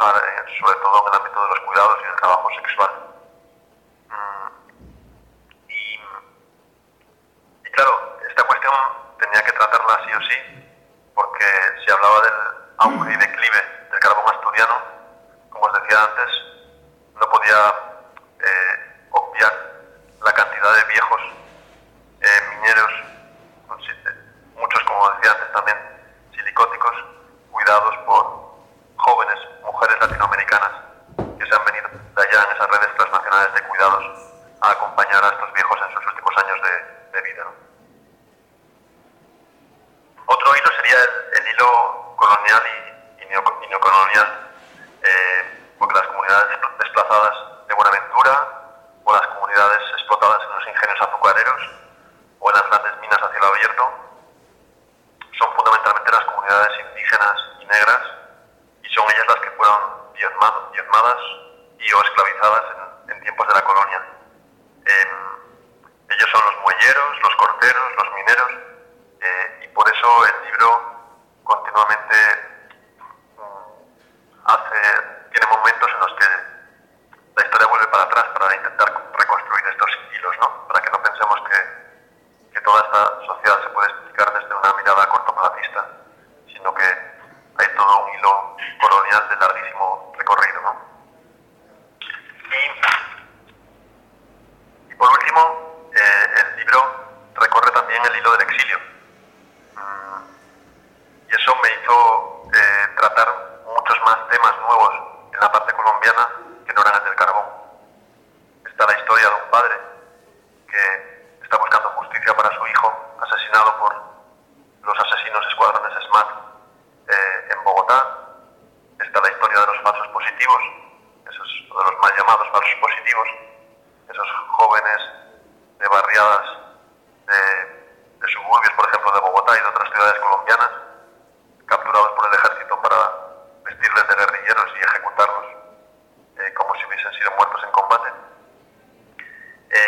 trabajar eh, sobre todo en el ámbito de los cuidados y el trabajo sexual. Mm, y, y claro, esta cuestión tenía que tratarla sí o sí, porque se hablaba del auge y declive del carbón asturiano. Como os decía antes, no podía eh, obviar la cantidad de viejos eh, mineros, muchos, como decía antes también, silicóticos, cuidados por jóvenes mujeres latinoamericanas que se han venido de allá en esas redes transnacionales de cuidados a acompañar a estos viejos en sus últimos años de, de vida, ¿no? Otro hilo sería el, el hilo colonial y, y, neo, y neocolonial, eh, porque las comunidades desplazadas de Buenaventura o las comunidades explotadas en los ingenios azucareros o en las grandes minas a cielo abierto son fundamentalmente las comunidades indígenas y negras, y son ellas las que fueron diezmadas y o esclavizadas en, en tiempos de la colonia. Eh, ellos son los muelleros, los corteros, los mineros, eh, y por eso el libro continuamente mm, hace, tiene momentos en los que la historia vuelve para atrás para intentar reconstruir estos hilos, ¿no? Para que no pensemos que, que toda esta sociedad se puede explicar desde una mirada cortoplacista, sino que hay todo un hilo colonial de larguísimo recorrido, ¿no? Y, y por último, eh, el libro recorre también el hilo del exilio. Mm, y eso me hizo eh, tratar muchos más temas nuevos en la parte colombiana que no eran el del carbón. Está la historia de un padre que está buscando justicia para su hijo, asesinado por los asesinos escuadrones SMAT eh, en Bogotá. Está la historia de los falsos positivos, esos, de los mal llamados falsos positivos, esos jóvenes de barriadas de, de suburbios, por ejemplo, de Bogotá y de otras ciudades colombianas, capturados por el ejército para vestirles de guerrilleros y ejecutarlos eh, como si hubiesen sido muertos en combate. Eh,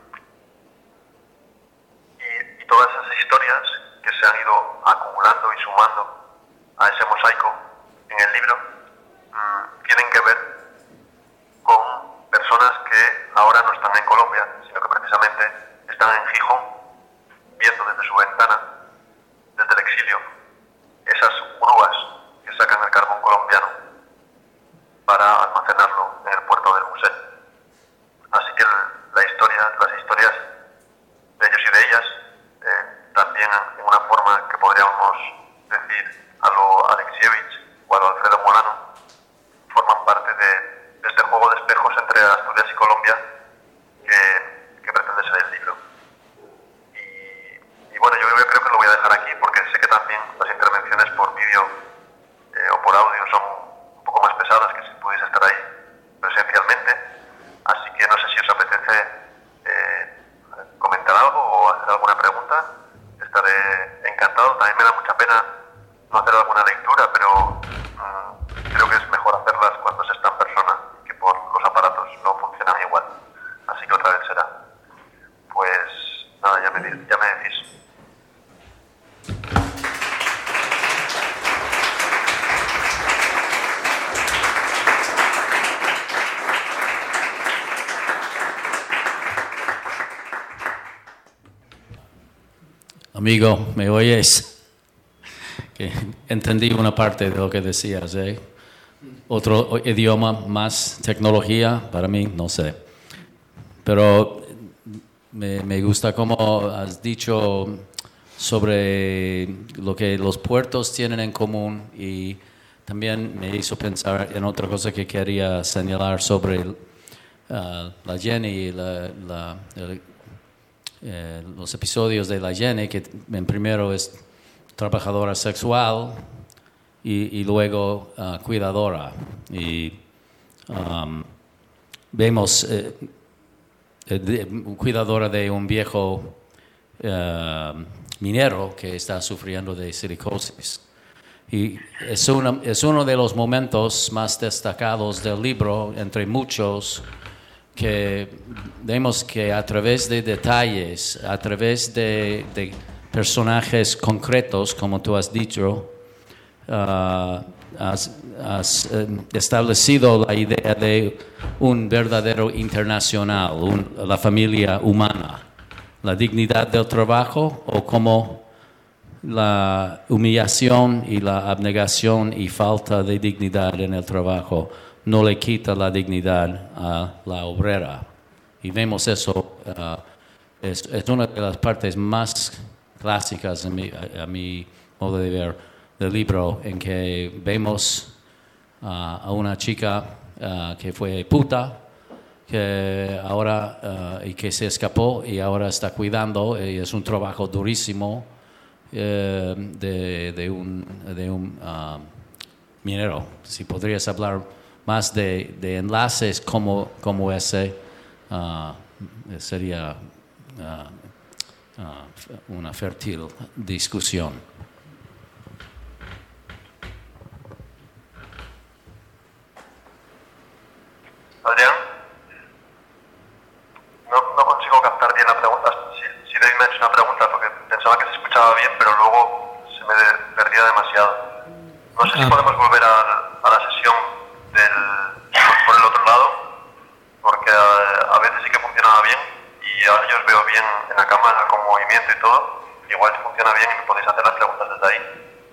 y, y todas esas historias que se han ido acumulando y sumando a ese mosaico en el libro mmm, tienen que ver con personas que ahora no están en Colombia, sino que precisamente están en Gijón, viendo desde su ventana, desde el exilio, esas grúas que sacan el carbón colombiano para almacenarlo en el puerto del Musel. Así que la historia, las historias de ellos y de ellas, eh, también en una forma que podríamos decir a lo Alexievich o a lo Alfredo Molano, forman parte de, de este juego de espejos entre Asturias y Colombia que, que pretende ser el libro. Y, y bueno, yo creo que lo voy a dejar aquí porque sé que también las intervenciones por vídeo eh, o por audio son un poco más pesadas que si pudiese estar ahí presencialmente. Así que no sé si os apetece eh, comentar algo o hacer alguna pregunta. Estaré encantado. También me da mucha pena no hacer alguna lectura, pero mmm, creo que es mejor hacerlas cuando se está en persona, que por los aparatos no funcionan igual. Así que otra vez será. Pues nada, ya me, ya me decís. Amigo, ¿me oyes? Que entendí una parte de lo que decías, ¿eh? Otro idioma, más tecnología, para mí, no sé. Pero me, me gusta como has dicho sobre lo que los puertos tienen en común, y también me hizo pensar en otra cosa que quería señalar sobre uh, la Jenny, la, la, el, eh, los episodios de la Jenny, que en primero es trabajadora sexual y, y luego uh, cuidadora. Y um, vemos eh, eh, cuidadora de un viejo uh, minero que está sufriendo de silicosis. Y es, una, es uno de los momentos más destacados del libro, entre muchos, que vemos que a través de detalles, a través de, de personajes concretos, como tú has dicho, uh, has, has eh, establecido la idea de un verdadero internacional, un, la familia humana, la dignidad del trabajo o como la humillación y la abnegación y falta de dignidad en el trabajo no le quita la dignidad a la obrera. Y vemos eso, uh, es, es una de las partes más clásicas a mi, a, a mi modo de ver del libro, en que vemos uh, a una chica uh, que fue puta, que ahora uh, y que se escapó y ahora está cuidando, y es un trabajo durísimo eh, de, de un, de un uh, minero. Si podrías hablar más de, de enlaces como, como ese, uh, sería uh, uh, una fértil discusión. Adrián, no, no consigo captar bien la pregunta. Si, si David me ha hecho una pregunta porque pensaba que se escuchaba bien, pero luego se me de, perdía demasiado. No sé si Ah. podemos volver a, a la sesión del, por el otro lado, porque a, a veces sí que funcionaba bien y ahora yo os veo bien en la cámara con movimiento y todo. Igual si funciona bien y me podéis hacer las preguntas desde ahí.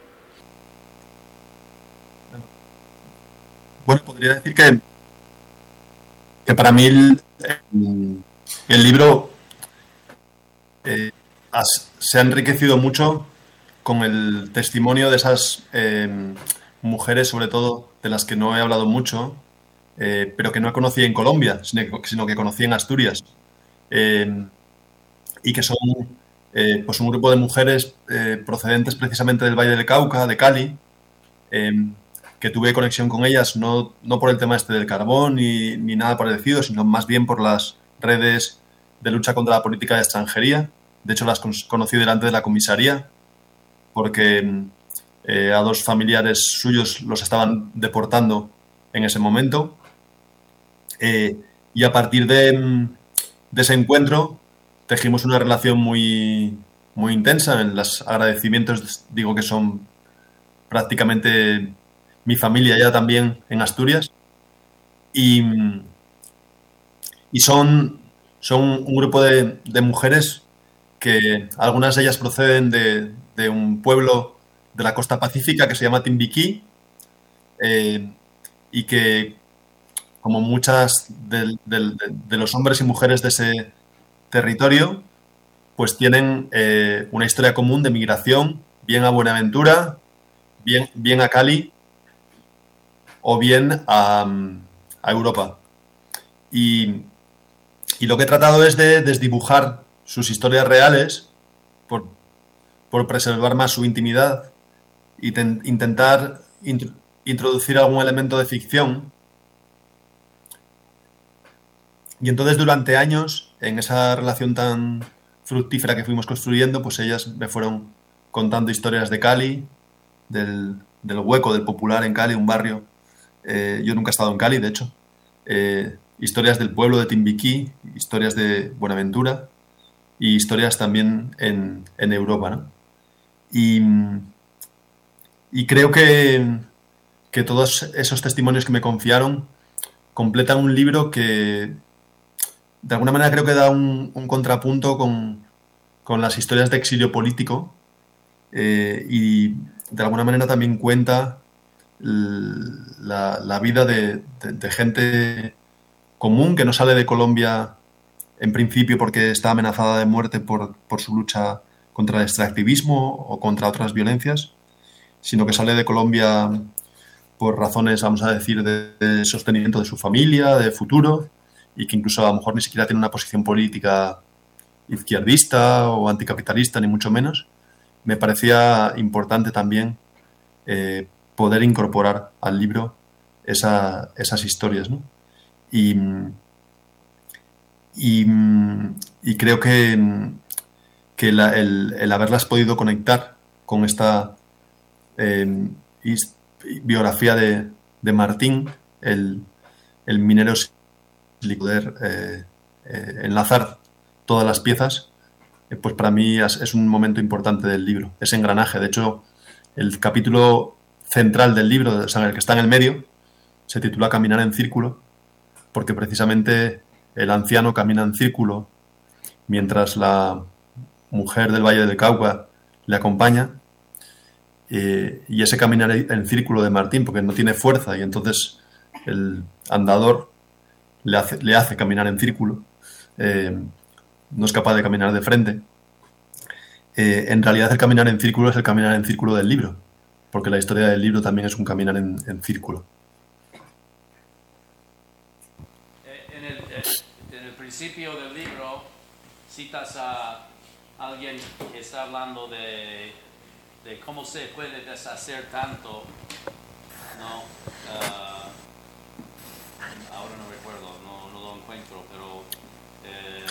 Bueno, podría decir que, que para mí el, el libro eh, has- se ha enriquecido mucho con el testimonio de esas eh, mujeres, sobre todo de las que no he hablado mucho, eh, pero que no conocí en Colombia, sino que, sino que conocí en Asturias. Eh, y que son eh, pues un grupo de mujeres eh, procedentes precisamente del Valle del Cauca, de Cali, eh, que tuve conexión con ellas no, no por el tema este del carbón ni, ni nada parecido, sino más bien por las redes de lucha contra la política de extranjería. De hecho, las con- conocí delante de la comisaría porque eh, a dos familiares suyos los estaban deportando en ese momento. Eh, y a partir de, mm, de ese encuentro tejimos una relación muy, muy intensa. En los agradecimientos digo que son prácticamente mi familia ya también en Asturias. Y, y son, son un grupo de, de mujeres que algunas de ellas proceden de, de un pueblo de la costa pacífica que se llama Timbiquí, eh, y que, como muchas del- del- de, de los hombres y mujeres de ese territorio, pues tienen eh, una historia común de migración, bien a Buenaventura, bien, bien a Cali o bien a, a Europa. Y, y lo que he tratado es de desdibujar sus historias reales por, por preservar más su intimidad y ten- intentar int- introducir algún elemento de ficción. Y entonces durante años, en esa relación tan fructífera que fuimos construyendo, pues ellas me fueron contando historias de Cali, del, del Hueco, del Popular en Cali, un barrio. Eh, yo nunca he estado en Cali, de hecho. Eh, historias del pueblo de Timbiquí, historias de Buenaventura y historias también en, en Europa, ¿no? Y, y creo que, que todos esos testimonios que me confiaron completan un libro que de alguna manera creo que da un, un contrapunto con, con las historias de exilio político, eh, y de alguna manera también cuenta l- la, la vida de, de- de gente común que no sale de Colombia en principio porque está amenazada de muerte por, por su lucha contra el extractivismo o contra otras violencias, sino que sale de Colombia por razones, vamos a decir, de, de sostenimiento de su familia, de futuro, y que incluso a lo mejor ni siquiera tiene una posición política izquierdista o anticapitalista, ni mucho menos. Me parecía importante también eh, poder incorporar al libro esa- esas historias, ¿no? Y, y, y creo que, que la- el, el haberlas podido conectar con esta eh, his- biografía de, de Martín, el, el minero, y poder eh, eh, enlazar todas las piezas, eh, pues para mí es, es un momento importante del libro, ese engranaje. De hecho, el capítulo central del libro, o sea, el que está en el medio, se titula Caminar en círculo, porque precisamente el anciano camina en círculo mientras la mujer del Valle del Cauca le acompaña, eh, y ese caminar en círculo de Martín, porque no tiene fuerza y entonces el andador le hace, le hace caminar en círculo, eh, no es capaz de caminar de frente. Eh, en realidad el caminar en círculo es el caminar en círculo del libro, porque la historia del libro también es un caminar en, en círculo. En el, en el principio del libro citas a alguien que está hablando de, de cómo se puede deshacer tanto, ¿no? Uh, ahora no recuerdo, no, no lo encuentro, pero... Eh,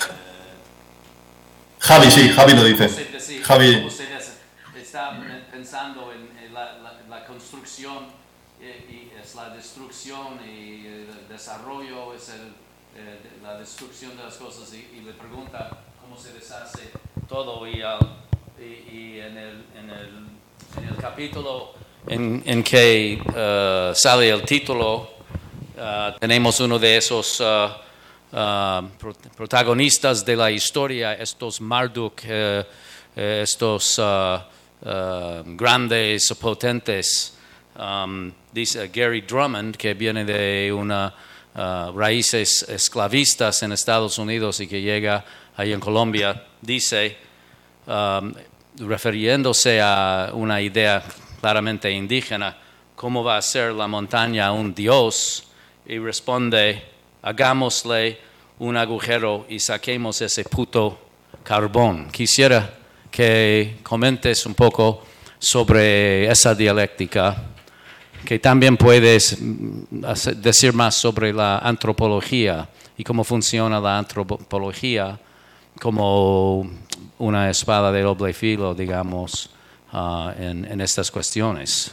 Javi, sí, Javi lo dice. ¿Cómo se, decir, Javi. ¿Cómo se des, está pensando en, en la, la, la construcción eh, y es la destrucción y el desarrollo es el, eh, la destrucción de las cosas y, y le pregunta cómo se deshace todo y, al, y, y en, el, en, el, en el capítulo en, en que uh, sale el título uh, tenemos uno de esos uh, Uh, protagonistas de la historia, estos Marduk, uh, estos uh, uh, grandes, potentes, um, dice Gary Drummond, que viene de unas uh, raíces esclavistas en Estados Unidos y que llega ahí en Colombia, dice, um, refiriéndose a una idea claramente indígena, ¿cómo va a ser la montaña un dios? Y responde, hagámosle un agujero y saquemos ese puto carbón. Quisiera que comentes un poco sobre esa dialéctica, que también puedes decir más sobre la antropología y cómo funciona la antropología como una espada de doble filo, digamos, uh, en, en estas cuestiones.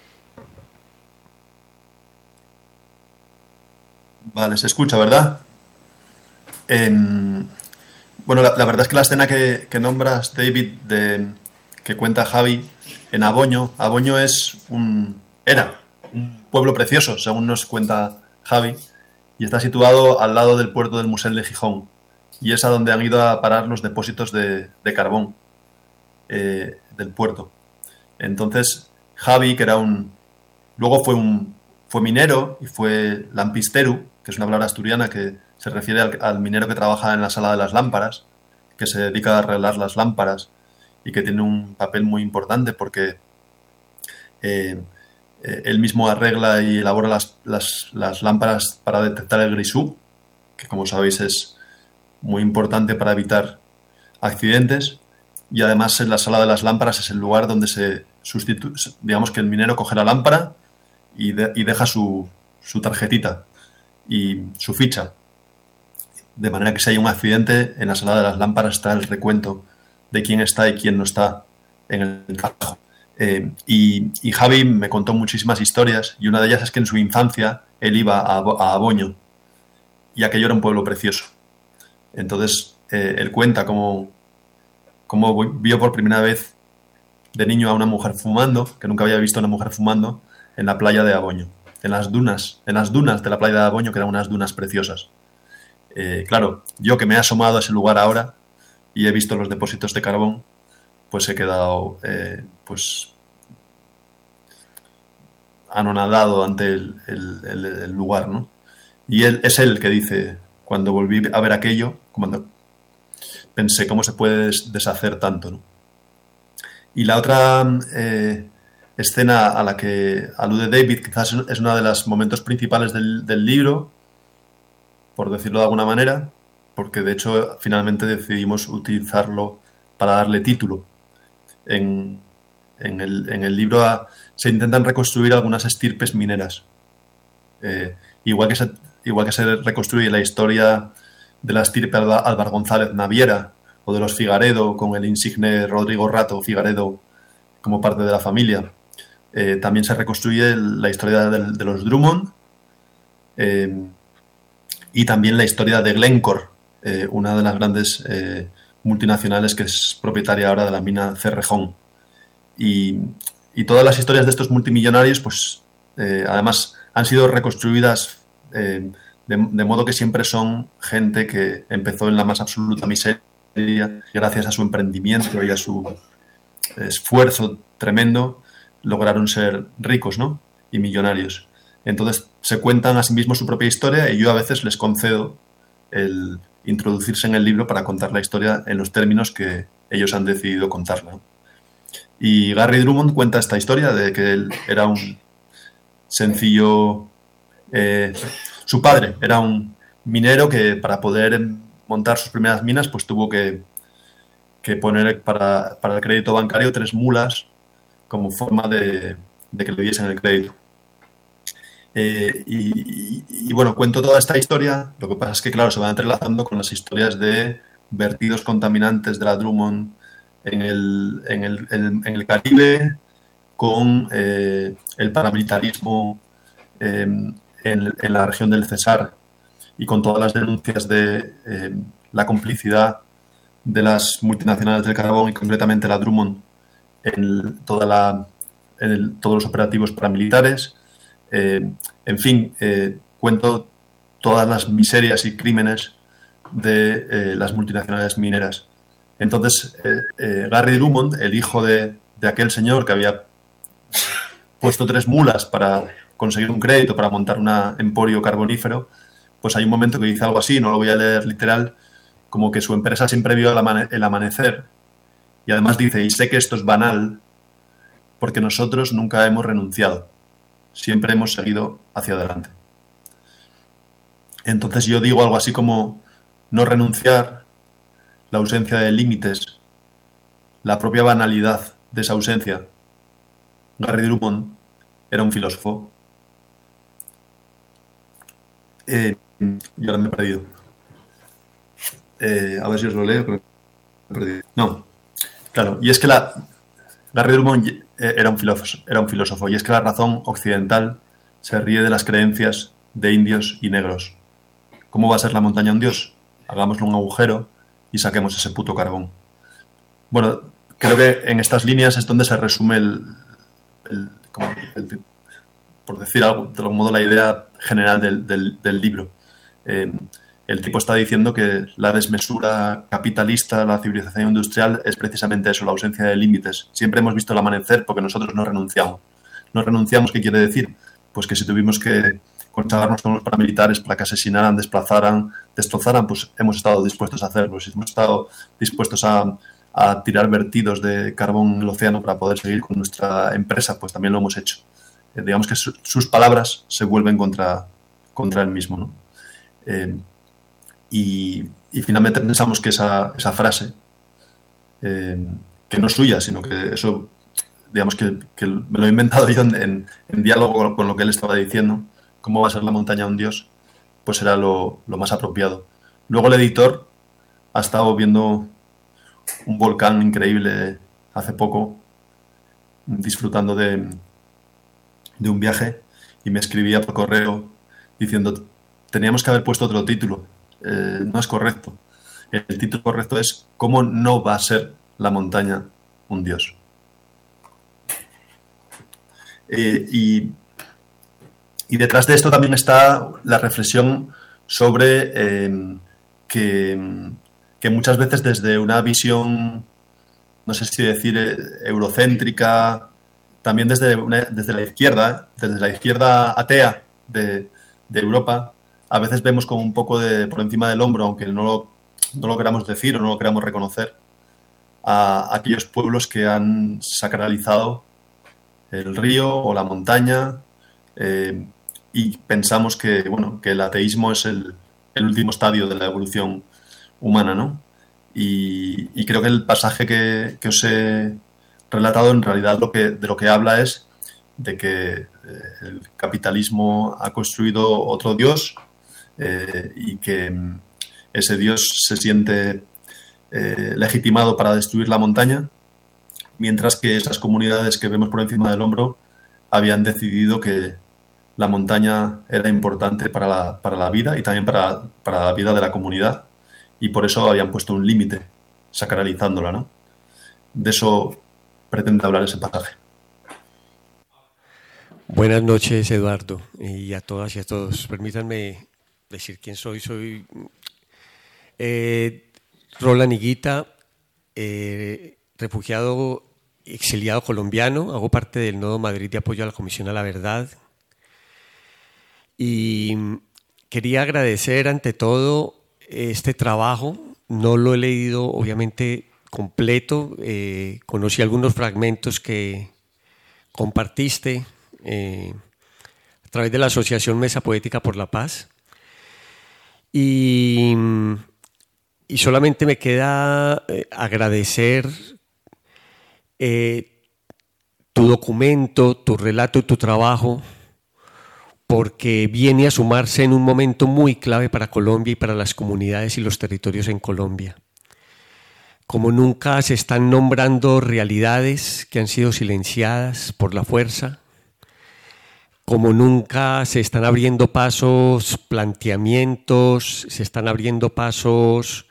Vale, se escucha, ¿verdad? Eh, bueno, la, la verdad es que la escena que, que nombras, David, de, que cuenta Javi, en Aboño, Aboño es un, era un pueblo precioso, según nos cuenta Javi, y está situado al lado del puerto del Musel de Gijón, y es a donde han ido a parar los depósitos de, de carbón eh, del puerto. Entonces, Javi, que era un... luego fue un fue minero y fue lampisteru, que es una palabra asturiana que se refiere al, al minero que trabaja en la sala de las lámparas, que se dedica a arreglar las lámparas y que tiene un papel muy importante porque eh, eh, él mismo arregla y elabora las, las, las lámparas para detectar el grisú, que como sabéis es muy importante para evitar accidentes, y además en la sala de las lámparas es el lugar donde se sustituye, digamos que el minero coge la lámpara y, de, y deja su, su tarjetita y su ficha, de manera que si hay un accidente en la sala de las lámparas está el recuento de quién está y quién no está en el trabajo. Eh, y, y Javi me contó muchísimas historias y una de ellas es que en su infancia él iba a, a Aboño y aquello era un pueblo precioso. Entonces eh, él cuenta cómo, cómo vio por primera vez de niño a una mujer fumando, que nunca había visto a una mujer fumando, en la playa de Aboño, en las dunas, en las dunas de la playa de Aboño, que eran unas dunas preciosas. Eh, claro, yo que me he asomado a ese lugar ahora y he visto los depósitos de carbón, pues he quedado eh, pues anonadado ante el, el, el, el lugar, ¿no? Y él, es él que dice, cuando volví a ver aquello, cuando pensé cómo se puede deshacer tanto, ¿no? Y la otra eh, escena a la que alude David, quizás es uno de los momentos principales del, del libro, por decirlo de alguna manera, porque de hecho finalmente decidimos utilizarlo para darle título. En, en, el, en el libro a, se intentan reconstruir algunas estirpes mineras. Eh, igual, que se, igual que se reconstruye la historia de la estirpe Álvar González Naviera o de los Figaredo con el insigne Rodrigo Rato Figaredo como parte de la familia. Eh, también se reconstruye la historia de, de los Drummond eh, y también la historia de Glencore, eh, una de las grandes eh, multinacionales que es propietaria ahora de la mina Cerrejón. Y, y todas las historias de estos multimillonarios, pues eh, además han sido reconstruidas eh, de, de modo que siempre son gente que empezó en la más absoluta miseria, gracias a su emprendimiento y a su esfuerzo tremendo, lograron ser ricos, ¿no? Y millonarios. Entonces se cuentan a sí mismos su propia historia y yo a veces les concedo el introducirse en el libro para contar la historia en los términos que ellos han decidido contarla, ¿no? Y Gary Drummond cuenta esta historia de que él era un sencillo... Eh, su padre era un minero que para poder montar sus primeras minas pues tuvo que, que poner para, para el crédito bancario tres mulas como forma de, de que le diesen el crédito. Eh, y, y, y bueno, cuento toda esta historia, lo que pasa es que claro, se va entrelazando con las historias de vertidos contaminantes de la Drummond en el, en el, en, en el Caribe, con eh, el paramilitarismo eh, en, en la región del Cesar y con todas las denuncias de eh, la complicidad de las multinacionales del carbón y concretamente la Drummond en, toda la, en el, todos los operativos paramilitares. Eh, en fin, eh, cuento todas las miserias y crímenes de eh, las multinacionales mineras. Entonces, eh, eh, Gary Drummond, el hijo de, de aquel señor que había puesto tres mulas para conseguir un crédito para montar un emporio carbonífero, pues hay un momento que dice algo así, no lo voy a leer literal, como que su empresa siempre vio el, amane- el amanecer, y además dice, y sé que esto es banal, porque nosotros nunca hemos renunciado, siempre hemos seguido hacia adelante. Entonces yo digo algo así como no renunciar, la ausencia de límites, la propia banalidad de esa ausencia. Gary Drummond era un filósofo. Eh, y ahora me he perdido. Eh, a ver si os lo leo. Pero me he perdido. No, claro. Y es que la, Gary Drummond era un filósofo, era un filósofo. Y es que la razón occidental se ríe de las creencias de indios y negros. ¿Cómo va a ser la montaña un dios? Hagámosle un agujero y saquemos ese puto carbón. Bueno, creo que en estas líneas es donde se resume el, el, como el, por decir algo, de algún modo, la idea general del, del, del libro. Eh, el tipo está diciendo que la desmesura capitalista, la civilización industrial, es precisamente eso, la ausencia de límites. Siempre hemos visto el amanecer porque nosotros no renunciamos. No renunciamos, ¿qué quiere decir? Pues que si tuvimos que consagrarnos con los paramilitares para que asesinaran, desplazaran, destrozaran, pues hemos estado dispuestos a hacerlo. Si hemos estado dispuestos a, a tirar vertidos de carbón en el océano para poder seguir con nuestra empresa, pues también lo hemos hecho. Eh, digamos que su, sus palabras se vuelven contra, contra él mismo, ¿no? Eh, y, y finalmente pensamos que esa, esa frase, eh, que no es suya, sino que eso, digamos que, que me lo he inventado yo en, en, en diálogo con, con lo que él estaba diciendo, cómo va a ser la montaña un dios, pues será lo, lo más apropiado. Luego el editor ha estado viendo un volcán increíble hace poco, disfrutando de, de un viaje, y me escribía por correo diciendo, teníamos que haber puesto otro título, eh, no es correcto. El título correcto es ¿cómo no va a ser la montaña un dios? Eh, y Y detrás de esto también está la reflexión sobre eh, que, que muchas veces desde una visión, no sé si decir, eh, eurocéntrica, también desde, una, desde la izquierda, desde la izquierda atea de, de Europa, a veces vemos como un poco de por encima del hombro, aunque no lo, no lo queramos decir o no lo queramos reconocer, a, a aquellos pueblos que han sacralizado el río o la montaña, eh, y pensamos que, bueno, que el ateísmo es el, el último estadio de la evolución humana, ¿no? Y, y creo que el pasaje que, que os he relatado en realidad lo que, de lo que habla es de que eh, el capitalismo ha construido otro dios eh, y que ese dios se siente eh, legitimado para destruir la montaña, mientras que esas comunidades que vemos por encima del hombro habían decidido que la montaña era importante para la, para la vida y también para, para la vida de la comunidad, y por eso habían puesto un límite, sacralizándola, ¿no? De eso pretende hablar ese pasaje. Buenas noches, Eduardo, y a todas y a todos. Permítanme decir quién soy. Soy eh, Roland Higuita, eh, refugiado, exiliado colombiano. Hago parte del Nodo Madrid de apoyo a la Comisión a la Verdad. Y quería agradecer ante todo este trabajo. No lo he leído, obviamente, completo. Eh, conocí algunos fragmentos que compartiste Eh, a través de la Asociación Mesa Poética por la Paz, y, y solamente me queda eh, agradecer eh, tu documento, tu relato y tu trabajo, porque viene a sumarse en un momento muy clave para Colombia y para las comunidades y los territorios en Colombia. Como nunca se están nombrando realidades que han sido silenciadas por la fuerza, como nunca se están abriendo pasos, planteamientos, se están abriendo pasos,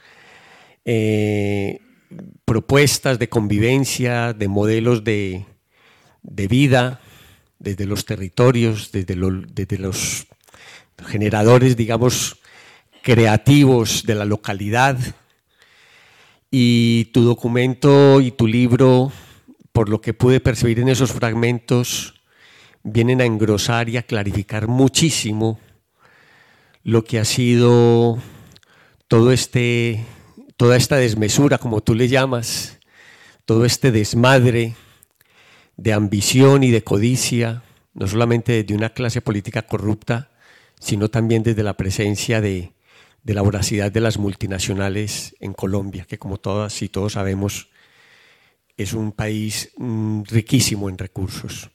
eh, propuestas de convivencia, de modelos de, de vida, desde los territorios, desde, lo, desde los generadores, digamos, creativos de la localidad. Y tu documento y tu libro, por lo que pude percibir en esos fragmentos, vienen a engrosar y a clarificar muchísimo lo que ha sido todo este, toda esta desmesura, como tú le llamas, todo este desmadre de ambición y de codicia, no solamente desde una clase política corrupta, sino también desde la presencia de, de la voracidad de las multinacionales en Colombia, que como todas y todos sabemos es un país mmm, riquísimo en recursos.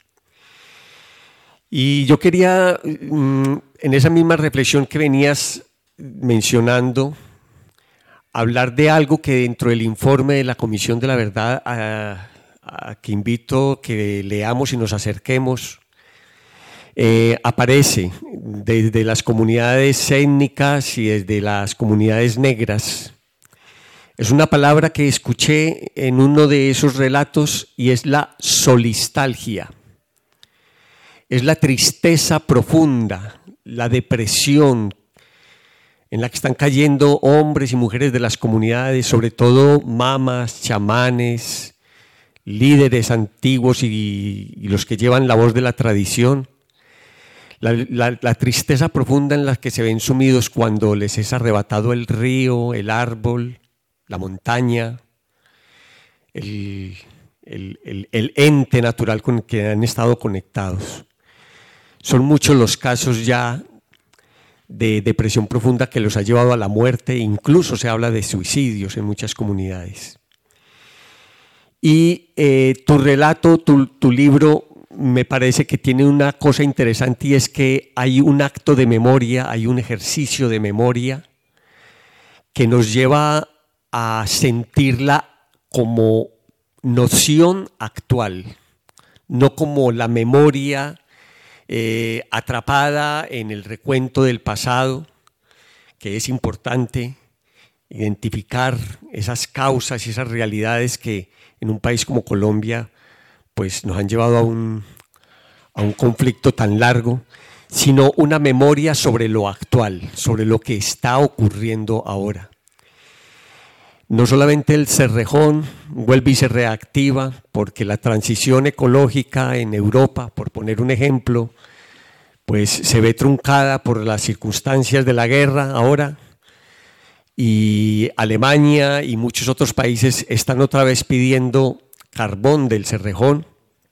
Y yo quería, en esa misma reflexión que venías mencionando, hablar de algo que dentro del informe de la Comisión de la Verdad, a, a que invito que leamos y nos acerquemos, eh, aparece desde las comunidades étnicas y desde las comunidades negras. Es una palabra que escuché en uno de esos relatos y es la solistalgia. Es la tristeza profunda, la depresión en la que están cayendo hombres y mujeres de las comunidades, sobre todo mamas, chamanes, líderes antiguos y, y los que llevan la voz de la tradición. La, la, la tristeza profunda en la que se ven sumidos cuando les es arrebatado el río, el árbol, la montaña, el, el, el, el ente natural con el que han estado conectados. Son muchos los casos ya de depresión profunda que los ha llevado a la muerte, incluso se habla de suicidios en muchas comunidades. Y eh, tu relato, tu, tu libro, me parece que tiene una cosa interesante y es que hay un acto de memoria, hay un ejercicio de memoria que nos lleva a sentirla como noción actual, no como la memoria Eh, atrapada en el recuento del pasado, que es importante identificar esas causas y esas realidades que en un país como Colombia pues, nos han llevado a un, a un conflicto tan largo, sino una memoria sobre lo actual, sobre lo que está ocurriendo ahora. No solamente el Cerrejón vuelve y se reactiva, porque la transición ecológica en Europa, por poner un ejemplo, pues se ve truncada por las circunstancias de la guerra ahora, y Alemania y muchos otros países están otra vez pidiendo carbón del Cerrejón,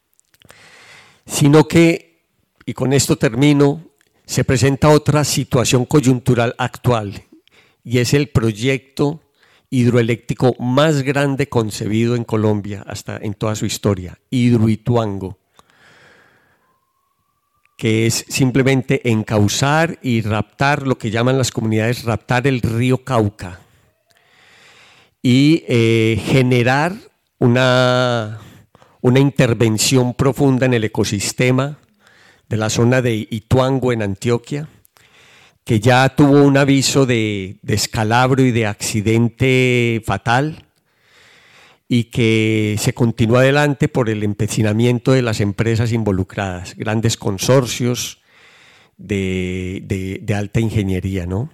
sino que, y con esto termino, se presenta otra situación coyuntural actual, y es el proyecto hidroeléctrico más grande concebido en Colombia hasta en toda su historia, Hidroituango, que es simplemente encauzar y raptar, lo que llaman las comunidades, raptar el río Cauca y eh, generar una, una intervención profunda en el ecosistema de la zona de Ituango en Antioquia, que ya tuvo un aviso de descalabro y de accidente fatal, y que se continúa adelante por el empecinamiento de las empresas involucradas, grandes consorcios de, de, de alta ingeniería, ¿no?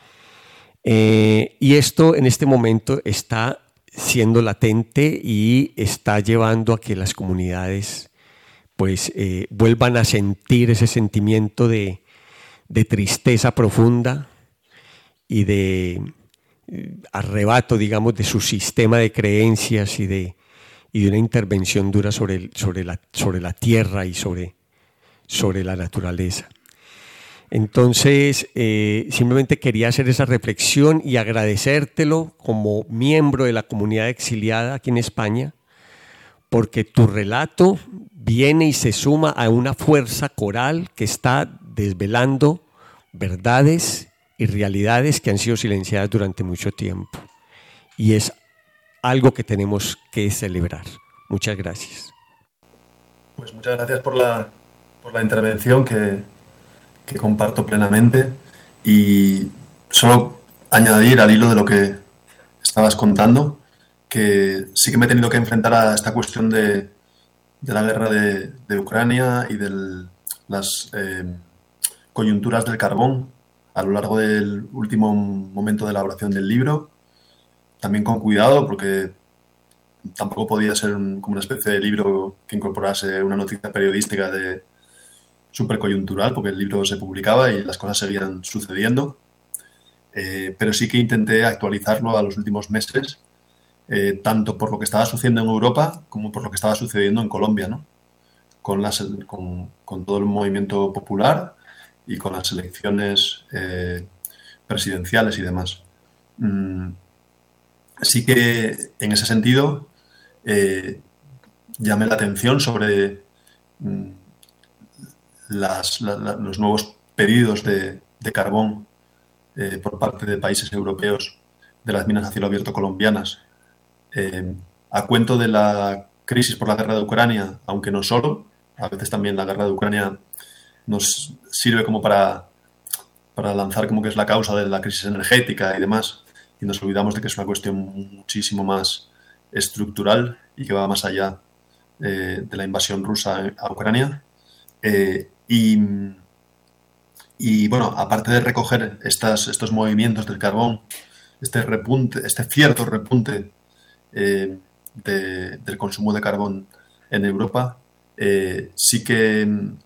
Eh, y esto en este momento está siendo latente y está llevando a que las comunidades pues eh, vuelvan a sentir ese sentimiento de, de tristeza profunda y de eh, arrebato, digamos, de su sistema de creencias y de, y de una intervención dura sobre, el, sobre, la, sobre la tierra y sobre, sobre la naturaleza. Entonces, eh, simplemente quería hacer esa reflexión y agradecértelo como miembro de la comunidad exiliada aquí en España, porque tu relato viene y se suma a una fuerza coral que está desvelando verdades y realidades que han sido silenciadas durante mucho tiempo. Y es algo que tenemos que celebrar. Muchas gracias. Pues muchas gracias por la, por la intervención que, que comparto plenamente. Y solo añadir al hilo de lo que estabas contando, que sí que me he tenido que enfrentar a esta cuestión de, de la guerra de, de Ucrania y de las eh, coyunturas del carbón a lo largo del último momento de elaboración del libro, también con cuidado, porque tampoco podía ser un, como una especie de libro que incorporase una noticia periodística de supercoyuntural, porque el libro se publicaba y las cosas seguían sucediendo, eh, pero sí que intenté actualizarlo a los últimos meses, eh, tanto por lo que estaba sucediendo en Europa como por lo que estaba sucediendo en Colombia, ¿no? Con, las, con, con todo el movimiento popular y con las elecciones eh, presidenciales y demás. Mm, sí que en ese sentido eh, llamé la atención sobre mm, las, la, la, los nuevos pedidos de, de carbón eh, por parte de países europeos de las minas a cielo abierto colombianas, eh, a cuento de la crisis por la guerra de Ucrania, aunque no solo, a veces también la guerra de Ucrania nos sirve como para, para lanzar como que es la causa de la crisis energética y demás, y nos olvidamos de que es una cuestión muchísimo más estructural y que va más allá eh, de la invasión rusa a Ucrania. Eh, y, y bueno, aparte de recoger estas, estos movimientos del carbón, este repunte, este cierto repunte eh, de, del consumo de carbón en Europa, eh, sí que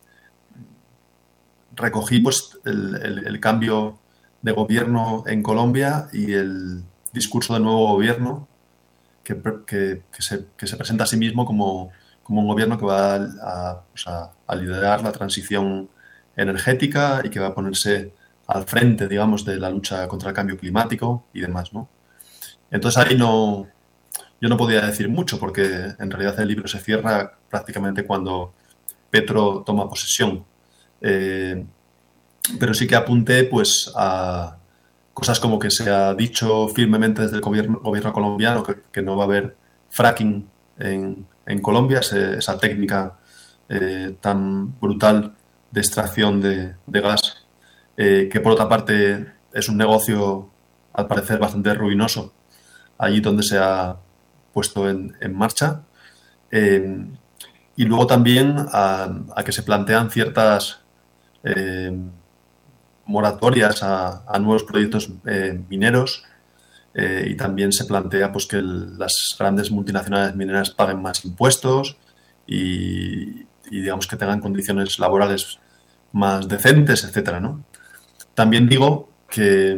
recogí pues, el, el, el cambio de gobierno en Colombia y el discurso del nuevo gobierno que, que, que, se, que se presenta a sí mismo como, como un gobierno que va a, pues a, a liderar la transición energética y que va a ponerse al frente, digamos, de la lucha contra el cambio climático y demás, ¿no? Entonces ahí no, yo no podía decir mucho porque en realidad el libro se cierra prácticamente cuando Petro toma posesión. Eh, pero sí que apunté pues a cosas como que se ha dicho firmemente desde el gobierno, gobierno colombiano que, que no va a haber fracking en, en Colombia, ese, esa técnica eh, tan brutal de extracción de, de gas, eh, que por otra parte es un negocio al parecer bastante ruinoso allí donde se ha puesto en, en marcha. Eh, y luego también a, a que se plantean ciertas eh, moratorias a, a nuevos proyectos eh, mineros eh, y también se plantea pues, que el, las grandes multinacionales mineras paguen más impuestos y, y digamos que tengan condiciones laborales más decentes, etcétera, ¿no? También digo que,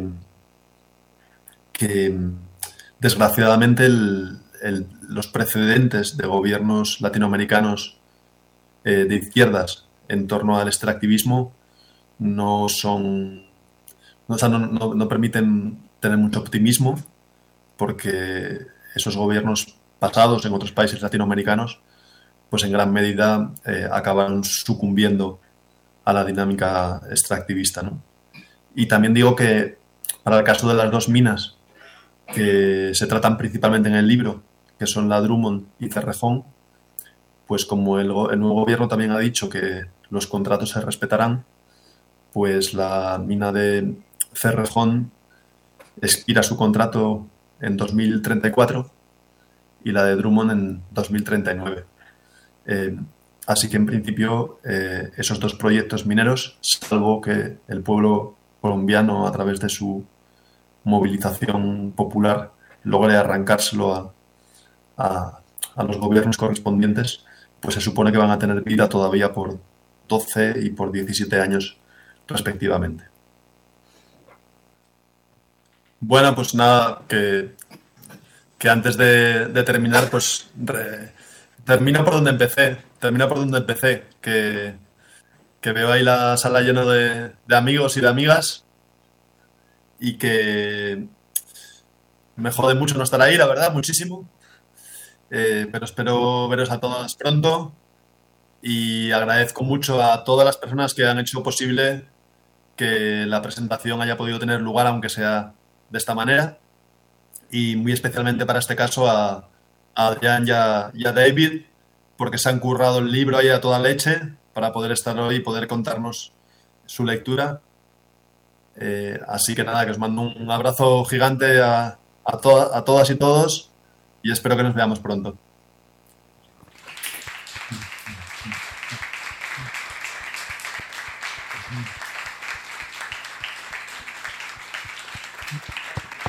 que desgraciadamente el, el, los precedentes de gobiernos latinoamericanos eh, de izquierdas en torno al extractivismo no son, no, o sea, no, no, no permiten tener mucho optimismo porque esos gobiernos pasados en otros países latinoamericanos pues en gran medida eh, acaban sucumbiendo a la dinámica extractivista, ¿no? Y también digo que para el caso de las dos minas que se tratan principalmente en el libro, que son la Drummond y Cerrejón, pues como el, el nuevo gobierno también ha dicho que los contratos se respetarán, pues la mina de Cerrejón expira su contrato en dos mil treinta y cuatro y la de Drummond en dos mil treinta y nueve. Eh, así que en principio eh, esos dos proyectos mineros, salvo que el pueblo colombiano a través de su movilización popular logre arrancárselo a, a, a los gobiernos correspondientes, pues se supone que van a tener vida todavía por doce y por diecisiete años respectivamente. Bueno, pues nada, que, que antes de, de terminar, pues re, termino por donde empecé, termino por donde empecé, que, que veo ahí la sala llena de, de amigos y de amigas y que me jode mucho no estar ahí, la verdad, muchísimo, eh, pero espero veros a todas pronto y agradezco mucho a todas las personas que han hecho posible que la presentación haya podido tener lugar, aunque sea de esta manera, y muy especialmente para este caso a, a Adrián y a, y a David, porque se han currado el libro ahí a toda leche para poder estar hoy y poder contarnos su lectura. Eh, así que nada, que os mando un abrazo gigante a, a, to- a todas y todos y espero que nos veamos pronto.